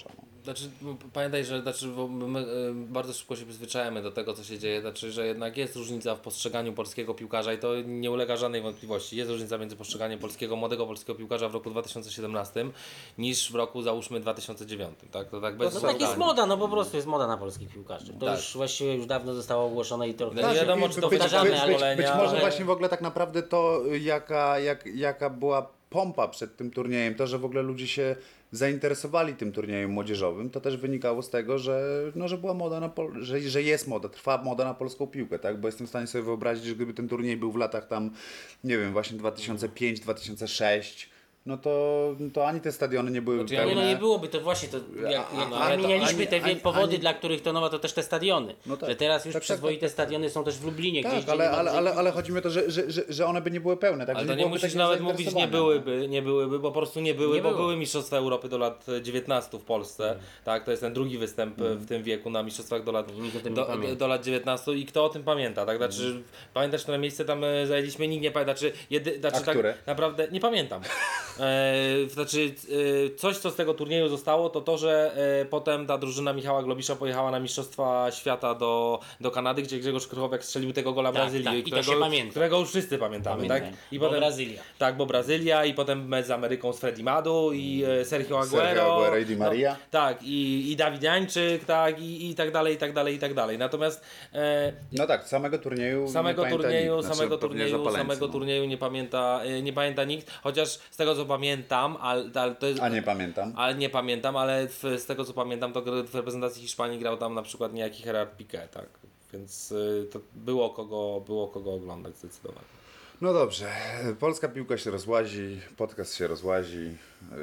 znaczy, m, pamiętaj, że znaczy, bo my y, bardzo szybko się przyzwyczajamy do tego, co się dzieje, znaczy, że jednak jest różnica w postrzeganiu polskiego piłkarza i to nie ulega żadnej wątpliwości. Jest różnica między postrzeganiem polskiego, młodego polskiego piłkarza w roku dwa tysiące siedemnastym niż w roku, załóżmy, dwa tysiące dziewiątym, tak? To tak bez No to tak jest dwóch zdań. moda, no po prostu jest moda na polskich piłkarzy. To Tak. już właściwie już dawno zostało ogłoszone i to... No nie wiadomo, czy to być, powtarzamy, być, ale- być, być może ale- właśnie w ogóle tak naprawdę to, jaka, jak, jaka była pompa przed tym turniejem, to, że w ogóle ludzie się zainteresowali tym turniejem młodzieżowym, to też wynikało z tego, że, no, że była moda na pol- że, że jest moda, trwa moda na polską piłkę, tak? Bo jestem w stanie sobie wyobrazić, że gdyby ten turniej był w latach tam, nie wiem, właśnie dwa tysiące piąty dwa tysiące szósty, no to, to ani te stadiony nie były Znaczy, ja Nie, pełne. no nie byłoby to właśnie, to jak, jak A- ale to wymienialiśmy ani- te wie- ani- powody, ani- dla których to nowa, to też te stadiony. No tak. Że teraz już Tak, tak, przyzwoite tak, tak, tak. stadiony są też w Lublinie gdzieś, Tak, gdzie ale, nie ma ale, dużej ale, ale chodzi mi o to, że, że, że, że one by nie były pełne, tak? Ale że to nie byłoby musisz takiego nawet mówić nie zainteresowania. byłyby, nie byłyby, bo po prostu nie były, Nie bo było. były Mistrzostwa Europy do lat dziewiętnastu w Polsce, tak, to jest ten drugi występ e, w tym wieku na Mistrzostwach do lat, Nikt o tym nie do, pamięta. do lat dziewiętnastu i kto o tym pamięta, tak, znaczy pamiętasz, które miejsce tam e, zajęliśmy, nikt nie pamięta, znaczy, jedy, znaczy A które? tak naprawdę, nie pamiętam, e, znaczy e, coś co z tego turnieju zostało to to, że e, potem ta drużyna Michała Globisza pojechała na Mistrzostwa Świata do, do Kanady, gdzie Grzegorz Krychowiak strzelił tego gola Tak, Brazylii, tak, i to którego, się pamięta. którego już wszyscy pamiętamy, Pamiętam. tak, Bo Brazylia. tak, bo Brazylia i potem mecz z Ameryką z Freddie Madu i e, Sergio Aguero. Sergio Aguero i Di Maria. No, tak, i, i Dawid Jańczyk, tak, i, i tak dalej, i tak dalej, i tak dalej. Natomiast e, No tak, samego turnieju samego nie pamięta turnieju, nikt. Znaczy, samego pewnie turnieju, zapaleńcy, samego no. turnieju nie pamięta, e, nie pamięta nikt, chociaż z tego co pamiętam, ale, ale to jest... A nie pamiętam. Ale nie pamiętam, ale w, z tego co pamiętam, to gr- w reprezentacji Hiszpanii grał tam na przykład niejaki Gerard Piqué, tak. Więc y, to było kogo, było kogo oglądać zdecydowanie. No dobrze, polska piłka się rozłazi, podcast się rozłazi. Yy,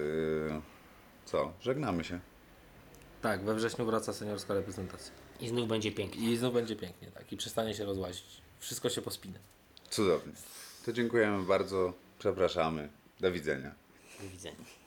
co, żegnamy się. Tak, we wrześniu wraca seniorska reprezentacja. I znów będzie pięknie. I znów będzie pięknie, tak. I przestanie się rozłazić. Wszystko się pospina. Cudownie. To dziękujemy bardzo, przepraszamy. Do widzenia. Do widzenia.